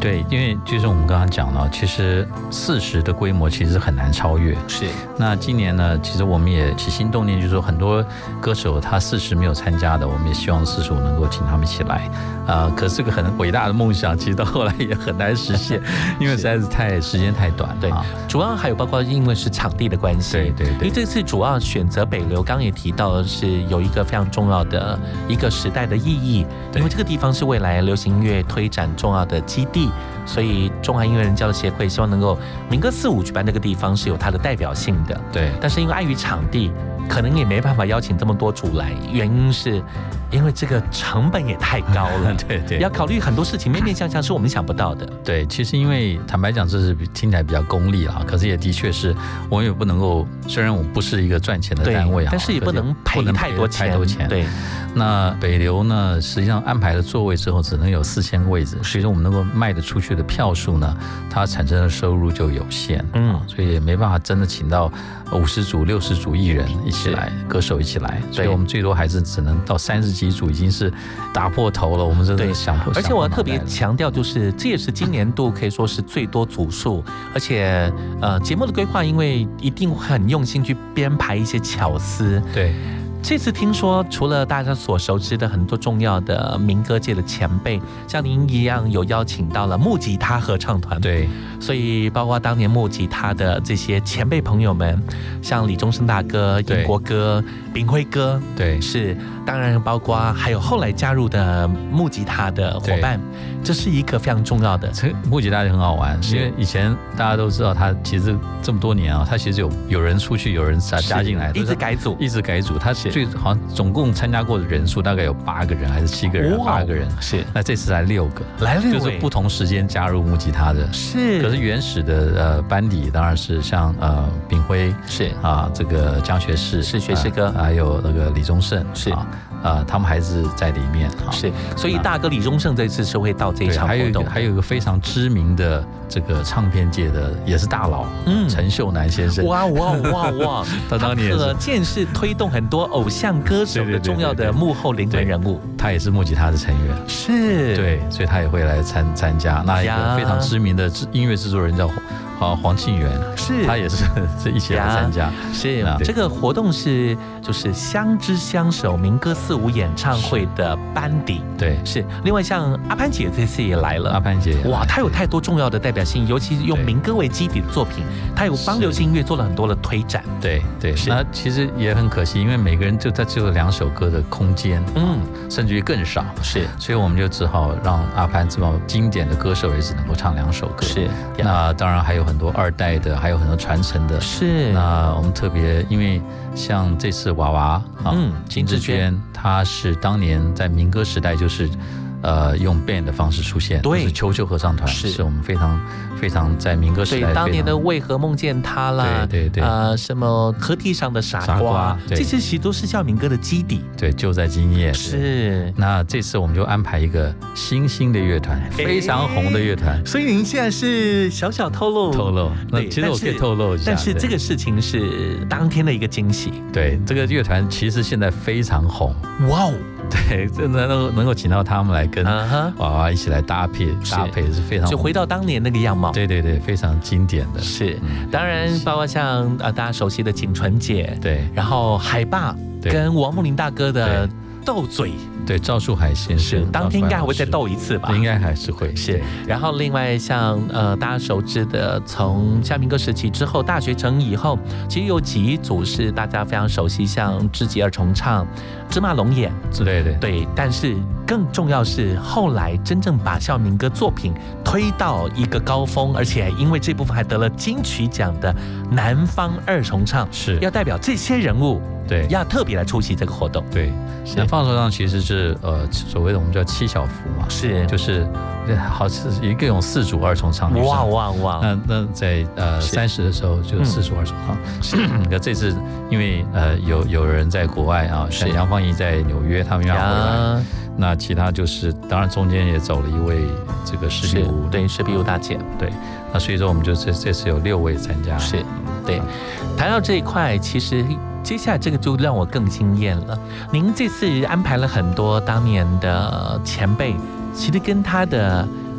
[SPEAKER 4] 对，因为就是我们刚刚讲了，其实四十的规模其实很难超越。
[SPEAKER 1] 是。
[SPEAKER 4] 那今年呢，其实我们也起心动念，就是说很多歌手他四十没有参加的，我们也希望四十五能够请他们一起来。呃，可是这个很伟大的梦想，其实到后来也很难实现，因为实在是太时间太短。
[SPEAKER 1] 对，
[SPEAKER 4] 啊、
[SPEAKER 1] 主要还有包括因为是场地的关系。
[SPEAKER 4] 对对对。
[SPEAKER 1] 因为这次主要选择北流，刚刚也提到的是有一个非常重要的一个时代的意义，因为这个地方是未来流行音乐推展重要的基地，所以中华音乐人交流协会希望能够民歌四五举办这个地方是有它的代表性的。
[SPEAKER 4] 对，
[SPEAKER 1] 但是因为碍于场地，可能也没办法邀请这么多组来，原因是因为这个成本也太高了。
[SPEAKER 4] 对对，
[SPEAKER 1] 要考虑很多事情，面面相向是我们想不到的。
[SPEAKER 4] 对，其实因为坦白讲，这是听起来比较功利啦，可是也的确是，我们也不能够，虽然我们不是一个赚钱的单位，
[SPEAKER 1] 但是也不能赔太多钱。
[SPEAKER 4] 太多钱。
[SPEAKER 1] 对。
[SPEAKER 4] 那北流呢，实际上安排了座位之后，只能有四千个位置，所以说我们能够卖得出去的票数呢，它产生的收入就有限。嗯，所以也没办法真的请到五十组、六十组艺人一起来，歌手一起来，所以我们最多还是只能到三十几组，已经是打破头了。我们真的想破。
[SPEAKER 1] 而且我要特别强调，就是这也是今年度可以说是最多组数，而且呃节目的规划，因为一定会很用心去编排一些巧思。
[SPEAKER 4] 对。
[SPEAKER 1] 这次听说，除了大家所熟知的很多重要的民歌界的前辈，像您一样有邀请到了木吉他合唱团。
[SPEAKER 4] 对，
[SPEAKER 1] 所以包括当年木吉他的这些前辈朋友们，像李宗盛大哥、英国哥、炳辉哥，
[SPEAKER 4] 对，
[SPEAKER 1] 是当然包括还有后来加入的木吉他的伙伴，这是一个非常重要的。
[SPEAKER 4] 木吉他很好玩，因为以前大家都知道他其实这么多年啊，他其实有有人出去，有人加加进来，
[SPEAKER 1] 一直改组，
[SPEAKER 4] 一直改组，他是。最好像总共参加过的人数大概有八个人还是七个人，八个人
[SPEAKER 1] 是。
[SPEAKER 4] 那这次来六个，
[SPEAKER 1] 来六
[SPEAKER 4] 就是不同时间加入木吉他的。
[SPEAKER 1] 是。
[SPEAKER 4] 可是原始的呃班底当然是像呃炳辉
[SPEAKER 1] 是
[SPEAKER 4] 啊，这个江学士
[SPEAKER 1] 是学士哥，
[SPEAKER 4] 还有那个李宗盛
[SPEAKER 1] 是
[SPEAKER 4] 啊。呃，他们还是在里面，
[SPEAKER 1] 是，所以大哥李宗盛这次是会到这一场活动。
[SPEAKER 4] 还有一个非常知名的这个唱片界的也是大佬，嗯，陈秀楠先生。
[SPEAKER 1] 哇哇哇哇！
[SPEAKER 4] 他当年
[SPEAKER 1] 可见是推动很多偶像歌手的重要的幕后灵魂人物。
[SPEAKER 4] 他也是木吉他的成员，
[SPEAKER 1] 是，
[SPEAKER 4] 对，所以他也会来参参加。那一个非常知名的音乐制作人叫黄黄庆元，
[SPEAKER 1] 是，
[SPEAKER 4] 他也是是一起来参加。
[SPEAKER 1] 是，这个活动是就是相知相守民歌四五演唱会的班底。
[SPEAKER 4] 对，
[SPEAKER 1] 是。另外像阿潘姐这次也来了，
[SPEAKER 4] 阿潘姐，
[SPEAKER 1] 哇，她有太多重要的代表性，尤其是用民歌为基底的作品，她有帮流行音乐做了很多的推展。
[SPEAKER 4] 对对，那其实也很可惜，因为每个人就在只有两首歌的空间，嗯，甚至于更少。
[SPEAKER 1] 是，
[SPEAKER 4] 所以我们就只好让阿潘这么经典的歌手也只能够唱两首歌。
[SPEAKER 1] 是，
[SPEAKER 4] 那当然还有很多二代的，还有很多传承的。
[SPEAKER 1] 是，
[SPEAKER 4] 那我们特别因为像这次娃娃啊，嗯，金志娟，她是当年在民歌时代就是呃用 band 的方式出现，
[SPEAKER 1] 对，
[SPEAKER 4] 是球球合唱团，
[SPEAKER 1] 是,
[SPEAKER 4] 是我们非常非常在民歌时代，
[SPEAKER 1] 对当年的为何梦见他啦，
[SPEAKER 4] 对对对，
[SPEAKER 1] 呃什么河堤上的傻瓜，傻瓜这些其实都是叫民歌的基底，
[SPEAKER 4] 对，就在今夜。
[SPEAKER 1] 是，
[SPEAKER 4] 那这次我们就安排一个新兴的乐团，非常红的乐团，
[SPEAKER 1] 所以您现在是小小透露
[SPEAKER 4] 透露，那其实我可以透露一下，
[SPEAKER 1] 但是这个事情是当天的一个惊喜。
[SPEAKER 4] 对，这个乐团其实现在非常红，
[SPEAKER 1] 哇哦！
[SPEAKER 4] 对，真的能够能够请到他们来跟娃娃一起来搭配，搭配是非常，
[SPEAKER 1] 就回到当年那个样貌。
[SPEAKER 4] 对对对，非常经典的。
[SPEAKER 1] 是，当然包括像呃大家熟悉的景纯姐，
[SPEAKER 4] 对，
[SPEAKER 1] 然后海爸跟王木林大哥的斗嘴。
[SPEAKER 4] 对，赵树海先生，
[SPEAKER 1] 当天应该还会再斗一次吧？
[SPEAKER 4] 应该还是会
[SPEAKER 1] 是。然后另外像呃大家熟知的，从像民歌时期之后，大学城以后，其实有几组是大家非常熟悉，像知己二重唱、芝麻龙眼
[SPEAKER 4] 之类的。
[SPEAKER 1] 对，但是更重要是后来真正把校民歌作品推到一个高峰，而且因为这部分还得了金曲奖的南方二重唱，
[SPEAKER 4] 是要
[SPEAKER 1] 代表这些人物。
[SPEAKER 4] 对，
[SPEAKER 1] 要特别来出席这个活动。
[SPEAKER 4] 对，南方合唱其实是呃所谓的我们叫七小福嘛，
[SPEAKER 1] 是就是
[SPEAKER 4] 好是一个有四组二重唱。
[SPEAKER 1] 哇哇哇！
[SPEAKER 4] 那那在呃三十的时候就四组二重唱。是，那这次因为呃有有人在国外啊，像杨芳仪在纽约，他们要回来。那其他就是当然中间也走了一位这个施碧梧，
[SPEAKER 1] 对，施碧梧大姐，
[SPEAKER 4] 对。那所以说我们就这这次有六位参加。
[SPEAKER 1] 是，对。谈到这一块，其实。接下来这个就让我更惊艳了。您这次安排了很多当年的前辈，其实跟他的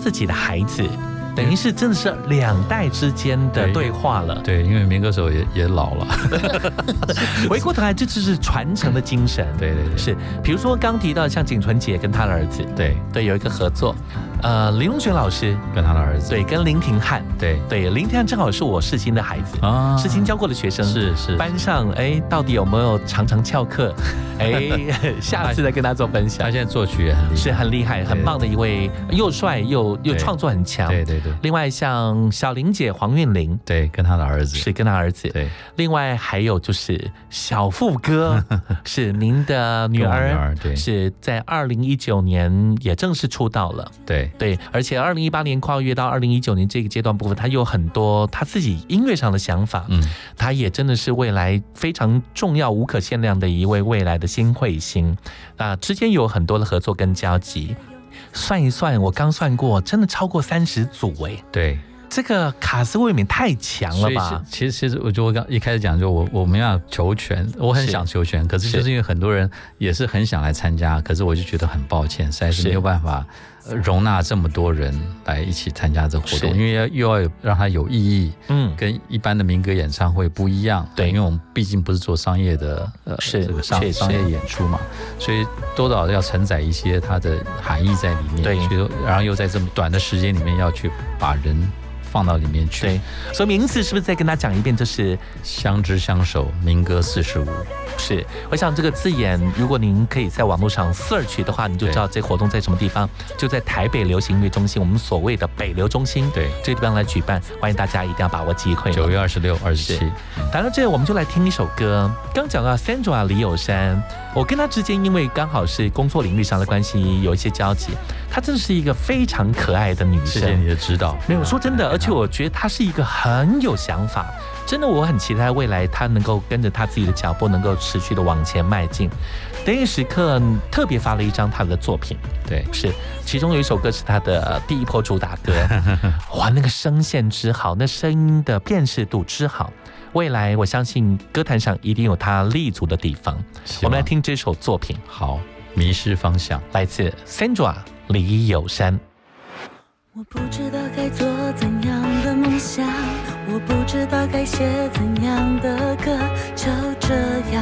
[SPEAKER 1] 自己的孩子。等于是真的是两代之间的对话了。
[SPEAKER 4] 对，因为民歌手也也老了。
[SPEAKER 1] 回过头来，这就是传承的精神。
[SPEAKER 4] 对对对，
[SPEAKER 1] 是。比如说刚提到像景纯姐跟她的儿子，
[SPEAKER 4] 对
[SPEAKER 1] 对，有一个合作。呃，林隆璇老师
[SPEAKER 4] 跟他的儿子，
[SPEAKER 1] 对，跟林廷汉，
[SPEAKER 4] 对
[SPEAKER 1] 对，林廷汉正好是我世新的孩子
[SPEAKER 4] 啊，
[SPEAKER 1] 世新教过的学生，
[SPEAKER 4] 是是。
[SPEAKER 1] 班上哎，到底有没有常常翘课？哎，下次再跟他做分享。
[SPEAKER 4] 他现在作曲也很厉害，
[SPEAKER 1] 是很厉害，很棒的一位，又帅又又创作很强。
[SPEAKER 4] 对对对。
[SPEAKER 1] 另外像小玲姐黄韵玲，
[SPEAKER 4] 对，跟他的儿子，
[SPEAKER 1] 是跟他儿子。
[SPEAKER 4] 对。
[SPEAKER 1] 另外还有就是小富哥，是您的女儿，
[SPEAKER 4] 对，
[SPEAKER 1] 是在二零一九年也正式出道了。
[SPEAKER 4] 对
[SPEAKER 1] 对，而且二零一八年跨越到二零一九年这个阶段部分，他有很多他自己音乐上的想法。
[SPEAKER 4] 嗯，
[SPEAKER 1] 他也真的是未来非常重要、无可限量的一位未来的新彗星啊！之间有很多的合作跟交集，算一算，我刚算过，真的超过三十组哎。
[SPEAKER 4] 对。
[SPEAKER 1] 这个卡斯未免太强了吧？
[SPEAKER 4] 其实，其实我就我刚一开始讲，就我我们要求全，我很想求全，可是就是因为很多人也是很想来参加，可是我就觉得很抱歉，实在是没有办法容纳这么多人来一起参加这个活动，因为又要有让它有意义，嗯，跟一般的民歌演唱会不一样，对，因为我们毕竟不是做商业的，呃，
[SPEAKER 1] 是
[SPEAKER 4] 这个商商业演出嘛，所以多少要承载一些它的含义在里面，对，所以然后又在这么短的时间里面要去把人放到里面去。
[SPEAKER 1] 对，所以名字是不是再跟他讲一遍？就是
[SPEAKER 4] 相知相守民歌四十五。
[SPEAKER 1] 是，我想这个字眼，如果您可以在网络上 search 的话，你就知道这活动在什么地方，就在台北流行音乐中心，我们所谓的北流中心，
[SPEAKER 4] 对，
[SPEAKER 1] 这个地方来举办，欢迎大家一定要把握机会。
[SPEAKER 4] 九月二十六、二十七。
[SPEAKER 1] 谈到这，我们就来听一首歌。刚讲到 Sandra 李友珊，我跟她之间因为刚好是工作领域上的关系有一些交集，她真的是一个非常可爱的女生。
[SPEAKER 4] 谢谢你的指导。
[SPEAKER 1] 没有说真的，而且我觉得她是一个很有想法。真的，我很期待未来他能够跟着他自己的脚步，能够持续的往前迈进。德音时刻特别发了一张他的作品，
[SPEAKER 4] 对，
[SPEAKER 1] 是其中有一首歌是他的第一波主打歌，哇，那个声线之好，那声音的辨识度之好，未来我相信歌坛上一定有他立足的地方。我们来听这首作品，
[SPEAKER 4] 好，迷失方向，
[SPEAKER 1] 来自 Sandra 李友珊。
[SPEAKER 11] 我不知道该做怎样的梦想，我不知道该写怎样的歌，就这样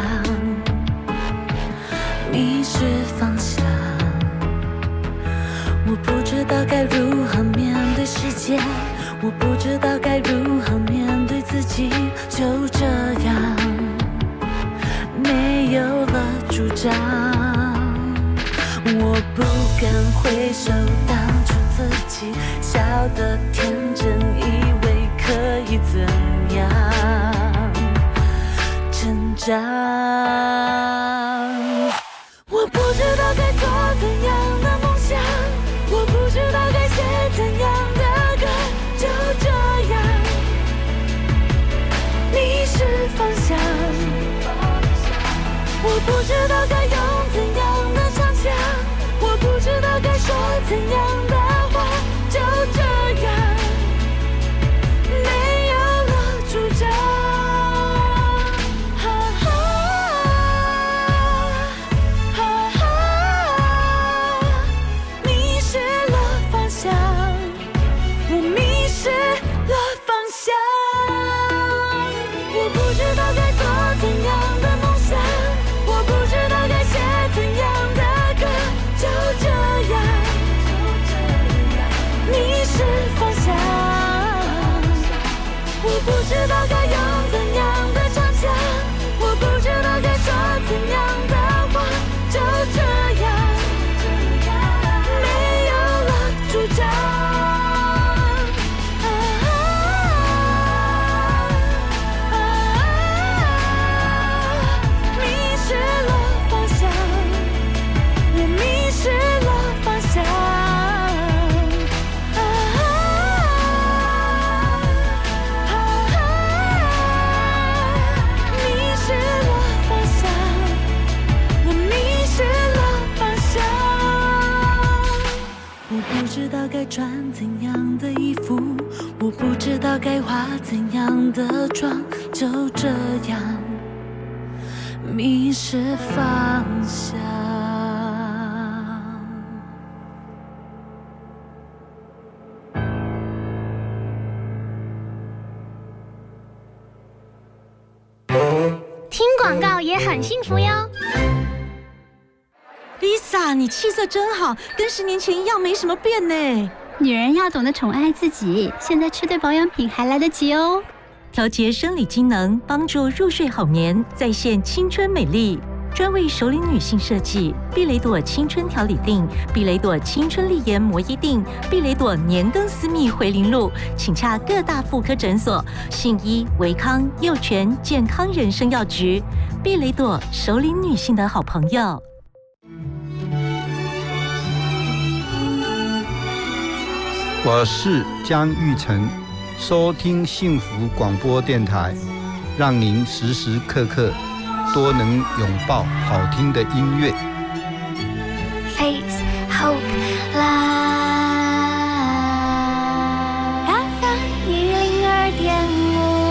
[SPEAKER 11] 迷失方向。我不知道该如何面对世界，我不知道该如何面对自己，就这样没有了主张。我不敢回首当初自己笑得天真，以为可以怎样成长。我不知道该做怎样的梦想，我不知道该写怎样的歌，就这样迷失方向。我不知道该用怎样的唱腔，我不知道该说怎样的话，就这样没有了主张。哈哈哈哈，迷失了方向，我迷失了方向。我不知道该做怎样的梦想，我不知道该写怎样的歌，就这样迷失方向。我不知道该用怎样的唱腔，我不知道该说怎样的话，就这样没有了主张。啊啊啊迷失了方向，我迷失了方向。啊啊迷失了方向，我迷失了方向。我不知道该穿怎样的衣服，我不知道该化怎样的妆，就这样迷失方向。
[SPEAKER 2] 广告也很幸福哟。
[SPEAKER 12] Lisa， 你气色真好，跟十年前一样没什么变呢。
[SPEAKER 13] 女人要懂得宠爱自己，现在吃对保养品还来得及哦。
[SPEAKER 12] 调节生理机能，帮助入睡好眠，再现青春美丽。专为熟龄女性设计，碧蕾朵青春调理定、碧蕾朵青春丽颜摩衣定、碧蕾朵年更私密回淋露，请洽各大妇科诊所、信医、维康、佑全健康人生药局。碧蕾朵，熟龄女性的好朋友。
[SPEAKER 14] 我是江玉成，收听幸福广播电台，让您时时刻刻多能拥抱好听的音乐。
[SPEAKER 11] Face Hope Live F M 一零二点五。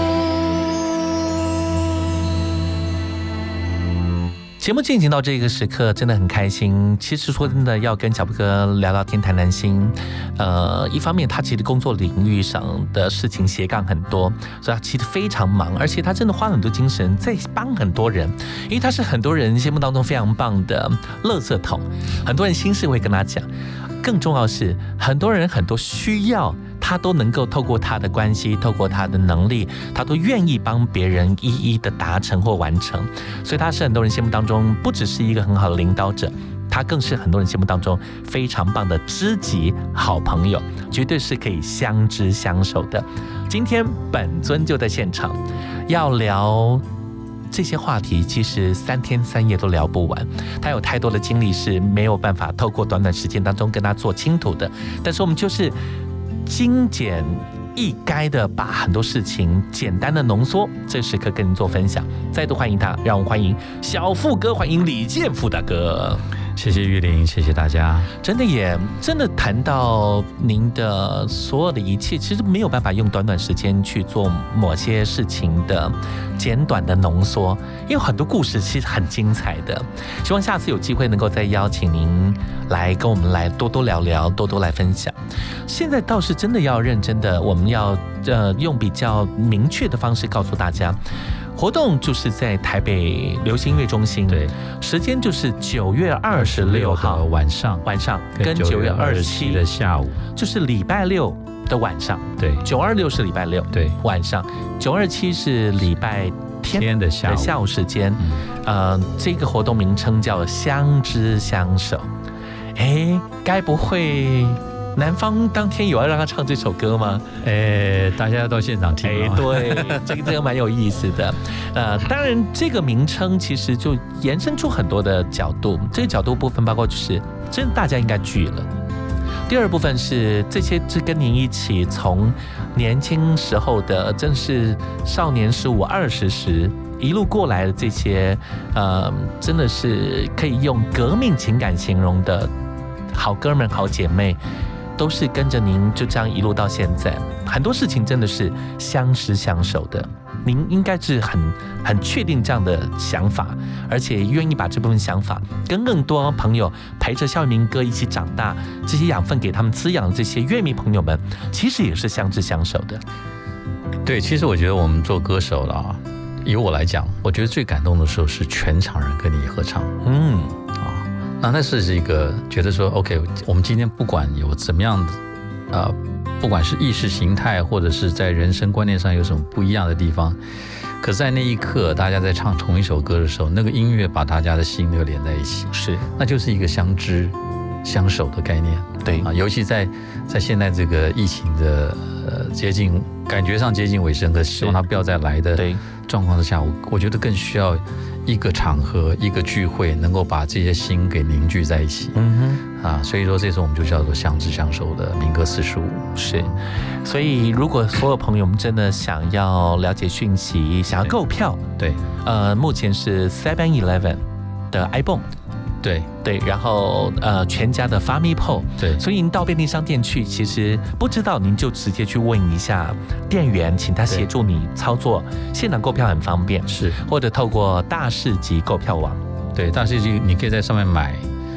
[SPEAKER 1] 节目进行到这个时刻，真的很开心。其实说真的，要跟小布哥聊聊天谈谈心。呃，一方面他其实工作领域上的事情斜杠很多，所以他其实非常忙，而且他真的花了很多精神在帮很多人，因为他是很多人心目当中非常棒的垃圾桶，很多人心事会跟他讲。更重要是，很多人很多需要，他都能够透过他的关系，透过他的能力，他都愿意帮别人一一的达成或完成。所以他是很多人心目当中不只是一个很好的领导者，他更是很多人心目当中非常棒的知己好朋友，绝对是可以相知相守的。今天本尊就在现场，要聊这些话题，其实三天三夜都聊不完。他有太多的经历是没有办法透过短短时间当中跟他做倾吐的，但是我们就是精简一概的把很多事情简单的浓缩，这时刻跟您做分享。再度欢迎他，让我们欢迎小富哥，欢迎李建富大哥。
[SPEAKER 4] 谢谢玉玲，谢谢大家。
[SPEAKER 1] 真的也真的谈到您的所有的一切，其实没有办法用短短时间去做某些事情的简短的浓缩，因为很多故事其实很精彩的。希望下次有机会能够再邀请您来跟我们来多多聊聊，多多来分享。现在倒是真的要认真的，我们要呃用比较明确的方式告诉大家。活动就是在台北流行音乐中心，对，时间就是九月二十六号
[SPEAKER 4] 晚上，
[SPEAKER 1] 晚上跟九月二十七
[SPEAKER 4] 的下午，
[SPEAKER 1] 就是礼拜六的晚上，
[SPEAKER 4] 对，
[SPEAKER 1] 九二六是礼拜六，
[SPEAKER 4] 对，
[SPEAKER 1] 晚上，九二七是礼拜天
[SPEAKER 4] 的下午，
[SPEAKER 1] 下午时间，嗯、呃，这个活动名称叫相知相守，哎，该不会？南方当天有要让他唱这首歌吗？
[SPEAKER 4] 哎，大家要到现场听。
[SPEAKER 1] 哎，对，这个这个蛮有意思的。呃，当然这个名称其实就延伸出很多的角度。这个角度部分包括就是，真的大家应该聚了。第二部分是这些是跟您一起从年轻时候的，正是少年十五二十时。一路过来的这些，呃，真的是可以用革命情感形容的好哥们、好姐妹。都是跟着您就这样一路到现在，很多事情真的是相识相守的。您应该是很很确定这样的想法，而且愿意把这部分想法跟更多朋友陪着孝明哥一起长大，这些养分给他们滋养的这些乐迷朋友们，其实也是相知相守的。
[SPEAKER 4] 对，其实我觉得我们做歌手了啊，以我来讲，我觉得最感动的时候是全场人跟你合唱。嗯。那那是一个觉得说 ，OK， 我们今天不管有怎么样的，呃，不管是意识形态或者是在人生观念上有什么不一样的地方，可在那一刻，大家在唱同一首歌的时候，那个音乐把大家的心都连在一起，
[SPEAKER 1] 是，
[SPEAKER 4] 那就是一个相知相守的概念。
[SPEAKER 1] 对
[SPEAKER 4] 啊，尤其在在现在这个疫情的呃接近感觉上接近尾声的，希望它不要再来的状况之下，我我觉得更需要一个场合、一个聚会，能够把这些心给凝聚在一起。嗯哼，啊，所以说这次我们就叫做相知相守的民歌四十五。
[SPEAKER 1] 是，所以如果所有朋友们真的想要了解讯息，想要购票，
[SPEAKER 4] 对，
[SPEAKER 1] 呃，目前是 seven eleven 的 iPhone。
[SPEAKER 4] 对
[SPEAKER 1] 对，然后呃，全家的 FamiPo，
[SPEAKER 4] 对，
[SPEAKER 1] 所以您到便利商店去，其实不知道您就直接去问一下店员，请他协助你操作，现场购票很方便，
[SPEAKER 4] 是，
[SPEAKER 1] 或者透过大市集购票网，
[SPEAKER 4] 对，大市集你可以在上面买，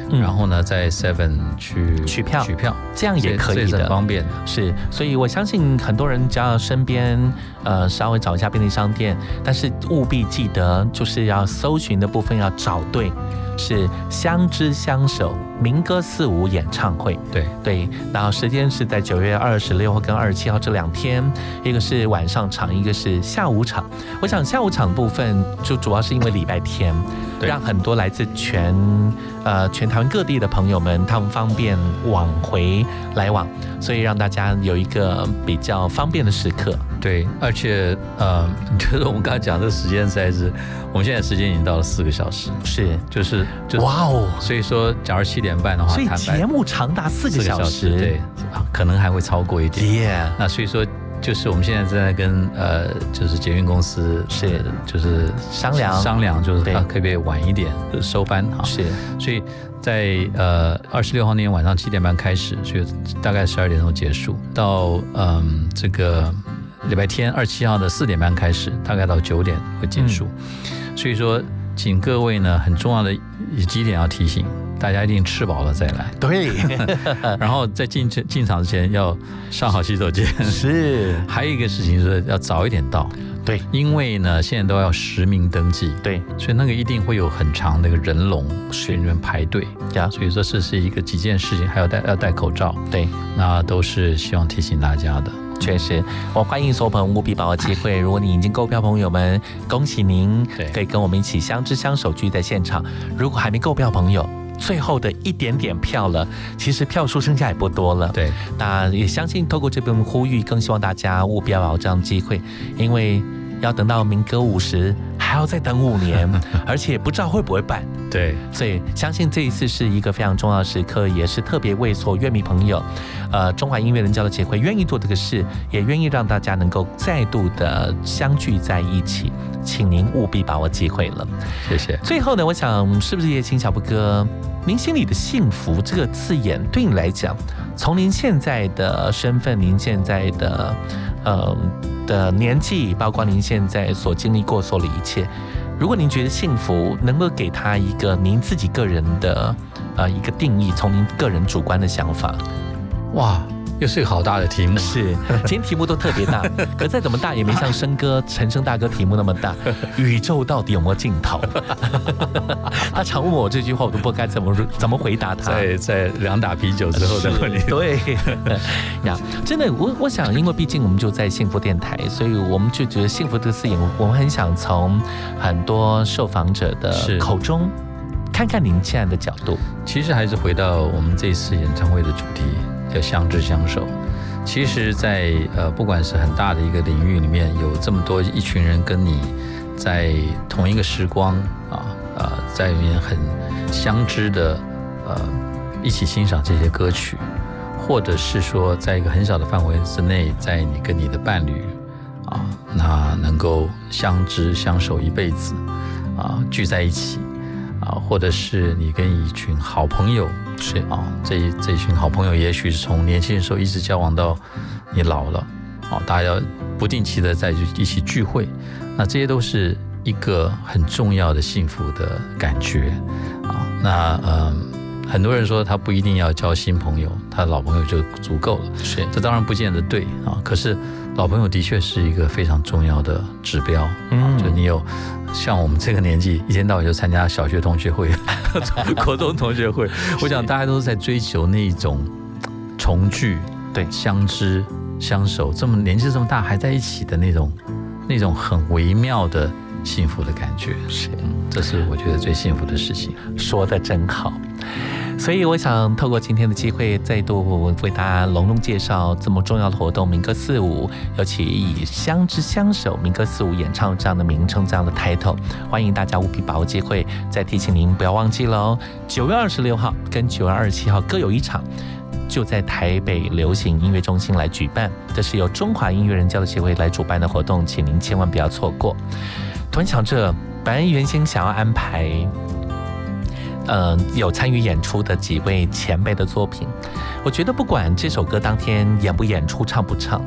[SPEAKER 4] 嗯、然后呢在 Seven 去
[SPEAKER 1] 取票，
[SPEAKER 4] 取票，
[SPEAKER 1] 这样也可以的，
[SPEAKER 4] 很方便。
[SPEAKER 1] 是，所以我相信很多人只要身边呃稍微找一下便利商店，但是务必记得就是要搜寻的部分要找对。是相知相守民歌四五演唱会，
[SPEAKER 4] 对
[SPEAKER 1] 对，然后时间是在九月二十六号跟二十七号这两天，一个是晚上场，一个是下午场。我想下午场的部分就主要是因为礼拜天，让很多来自全呃全台湾各地的朋友们，他们方便往回来往，所以让大家有一个比较方便的时刻。
[SPEAKER 4] 对，而且呃，就是我们刚才讲这个时间实在是，我们现在时间已经到了四个小时，
[SPEAKER 1] 是，
[SPEAKER 4] 就是就是，
[SPEAKER 1] 哇哦！
[SPEAKER 4] 所以说，假如七点半的话，
[SPEAKER 1] 所以节目长达四个小时，
[SPEAKER 4] 对，可能还会超过一点。
[SPEAKER 1] Yeah.
[SPEAKER 4] 那所以说，就是我们现在正在跟呃，就是捷运公司
[SPEAKER 1] 是
[SPEAKER 4] 就是
[SPEAKER 1] 商量
[SPEAKER 4] 商量，就是它可不可以晚一点收班哈？
[SPEAKER 1] 是，
[SPEAKER 4] 所以在呃二十六号那天晚上七点半开始，所以大概十二点钟结束，到嗯这个。礼拜天二十七号的四点半开始，大概到九点会结束。嗯、所以说，请各位呢，很重要的几点要提醒大家，一定吃饱了再来。
[SPEAKER 1] 对，
[SPEAKER 4] 然后在进进场之前要上好洗手间。
[SPEAKER 1] 是，
[SPEAKER 4] 还有一个事情是要早一点到。
[SPEAKER 1] 对，
[SPEAKER 4] 因为呢，现在都要实名登记。
[SPEAKER 1] 对，
[SPEAKER 4] 所以那个一定会有很长的一个人龙去那边排队。
[SPEAKER 1] 呀，
[SPEAKER 4] 所以说这是一个几件事情，还要戴要戴口罩。
[SPEAKER 1] 对，
[SPEAKER 4] 那都是希望提醒大家的。
[SPEAKER 1] 确实，我欢迎所有朋友务必把握机会。如果你已经购票，朋友们，恭喜您，可以跟我们一起相知相守聚在现场。如果还没购票，朋友，最后的一点点票了，其实票数剩下也不多了。
[SPEAKER 4] 对，
[SPEAKER 1] 那也相信透过这边呼吁，更希望大家务必要把握这样的机会，因为要等到民歌五十，还要再等五年，而且不知道会不会办。
[SPEAKER 4] 对，
[SPEAKER 1] 所以相信这一次是一个非常重要的时刻，也是特别为所有乐迷朋友，呃，中华音乐人交流协会愿意做这个事，也愿意让大家能够再度的相聚在一起，请您务必把握机会了。
[SPEAKER 4] 谢谢。
[SPEAKER 1] 最后呢，我想是不是也请小布哥，您心里的幸福这个字眼，对你来讲，从您现在的身份，您现在的呃的年纪，包括您现在所经历过所有的一切。如果您觉得幸福，能够给他一个您自己个人的呃一个定义，从您个人主观的想法。
[SPEAKER 4] 哇，又是一个好大的题目。
[SPEAKER 1] 是，今天题目都特别大，可再怎么大也没像生哥陈升大哥题目那么大。宇宙到底有没有尽头？他常问我这句话，我都不知道该怎么怎么回答他。
[SPEAKER 4] 在在两打啤酒之后再问你。
[SPEAKER 1] 对呀，真的，我我想，因为毕竟我们就在幸福电台，所以我们就觉得幸福这个字眼，我们很想从很多受访者的口中看看您现在的角度。
[SPEAKER 4] 其实还是回到我们这次演唱会的主题。叫相知相守。其实在，在呃，不管是很大的一个领域里面，有这么多一群人跟你在同一个时光啊呃，在里面很相知的呃，一起欣赏这些歌曲，或者是说，在一个很小的范围之内，在你跟你的伴侣啊，那能够相知相守一辈子啊，聚在一起啊，或者是你跟一群好朋友。是啊，这这一群好朋友，也许是从年轻的时候一直交往到你老了，啊，大家要不定期的在一起聚会，那这些都是一个很重要的幸福的感觉啊。那嗯，很多人说他不一定要交新朋友，他的老朋友就足够了，是，这当然不见得对啊。可是老朋友的确是一个非常重要的指标，嗯，就你有。像我们这个年纪，一天到晚就参加小学同学会、国中同学会，我想大家都是在追求那种重聚、对相知相守，这么年纪这么大还在一起的那种那种很微妙的幸福的感觉，是，这是我觉得最幸福的事情。
[SPEAKER 1] 说得真好。所以我想透过今天的机会，再度为大家隆重介绍这么重要的活动——民歌四五，尤其以相知相守民歌四五演唱这样的名称、这样的 title， 欢迎大家务必把握机会。再提醒您不要忘记了哦，九月二十六号跟九月二十七号各有一场，就在台北流行音乐中心来举办，这是由中华音乐人交流协会来主办的活动，请您千万不要错过。突然想着，本来原先想要安排。呃，有参与演出的几位前辈的作品，我觉得不管这首歌当天演不演出、唱不唱，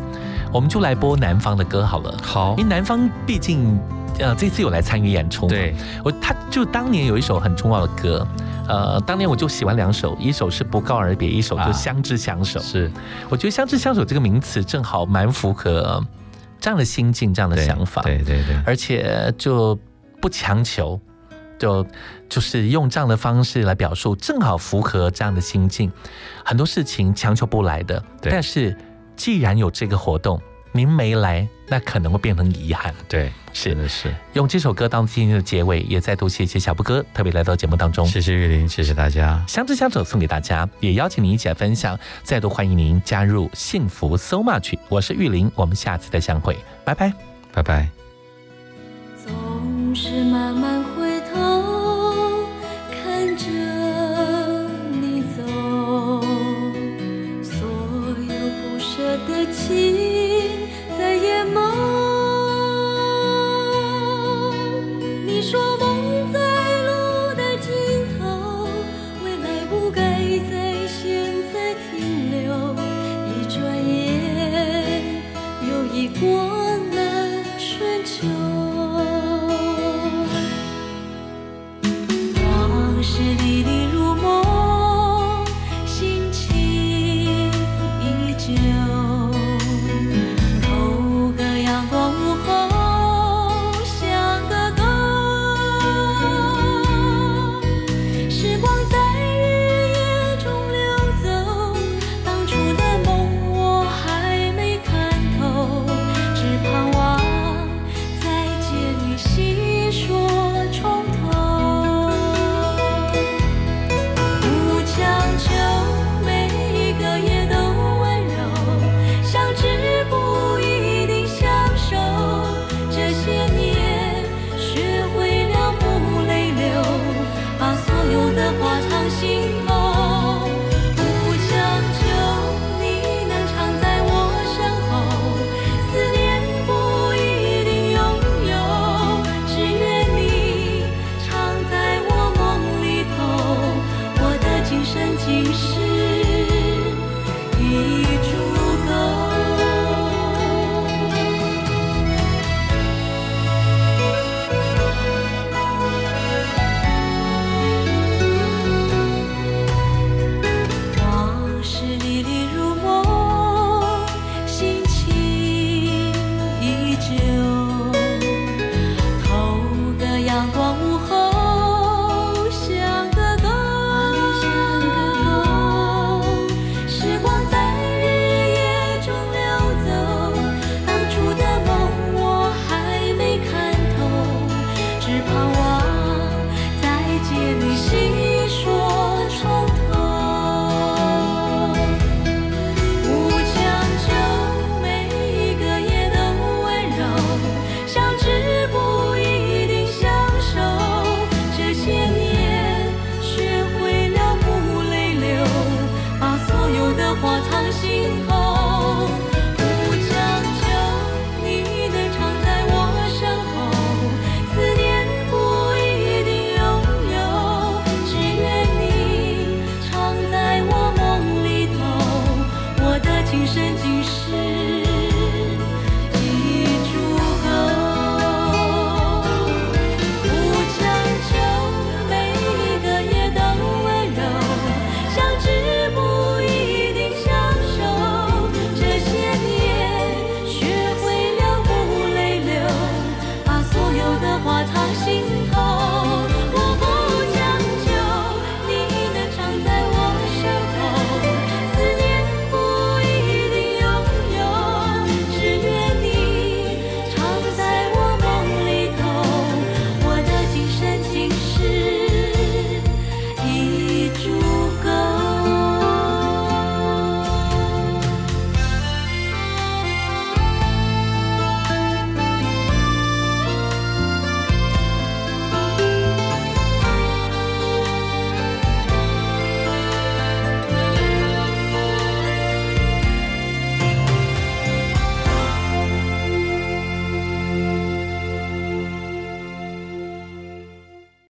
[SPEAKER 1] 我们就来播南方的歌好了。
[SPEAKER 4] 好，
[SPEAKER 1] 因为南方毕竟呃这次有来参与演出，
[SPEAKER 4] 对，
[SPEAKER 1] 我他就当年有一首很重要的歌。呃，当年我就喜欢两首，一首是不告而别，一首就相知相守。啊、
[SPEAKER 4] 是，
[SPEAKER 1] 我觉得相知相守这个名词正好蛮符合这样的心境，这样的想法。
[SPEAKER 4] 对对 对, 对，
[SPEAKER 1] 而且就不强求，就就是用这样的方式来表述，正好符合这样的心境。很多事情强求不来的，但是既然有这个活动，您没来，那可能会变成遗憾。
[SPEAKER 4] 对，
[SPEAKER 1] 是
[SPEAKER 4] 的是。
[SPEAKER 1] 用这首歌当今天的结尾，也再度谢谢小布哥特别来到节目当中。
[SPEAKER 4] 谢谢玉玲，谢谢大家。
[SPEAKER 1] 相知相守送给大家，也邀请您一起来分享。再度欢迎您加入幸福 So Much， 我是玉玲，我们下次再相会，拜拜，
[SPEAKER 4] 拜拜。
[SPEAKER 11] 总是慢慢回头看着你走，所有不舍的情在眼眸。你说梦在路的尽头，未来不该在现在停留。一转眼又一过。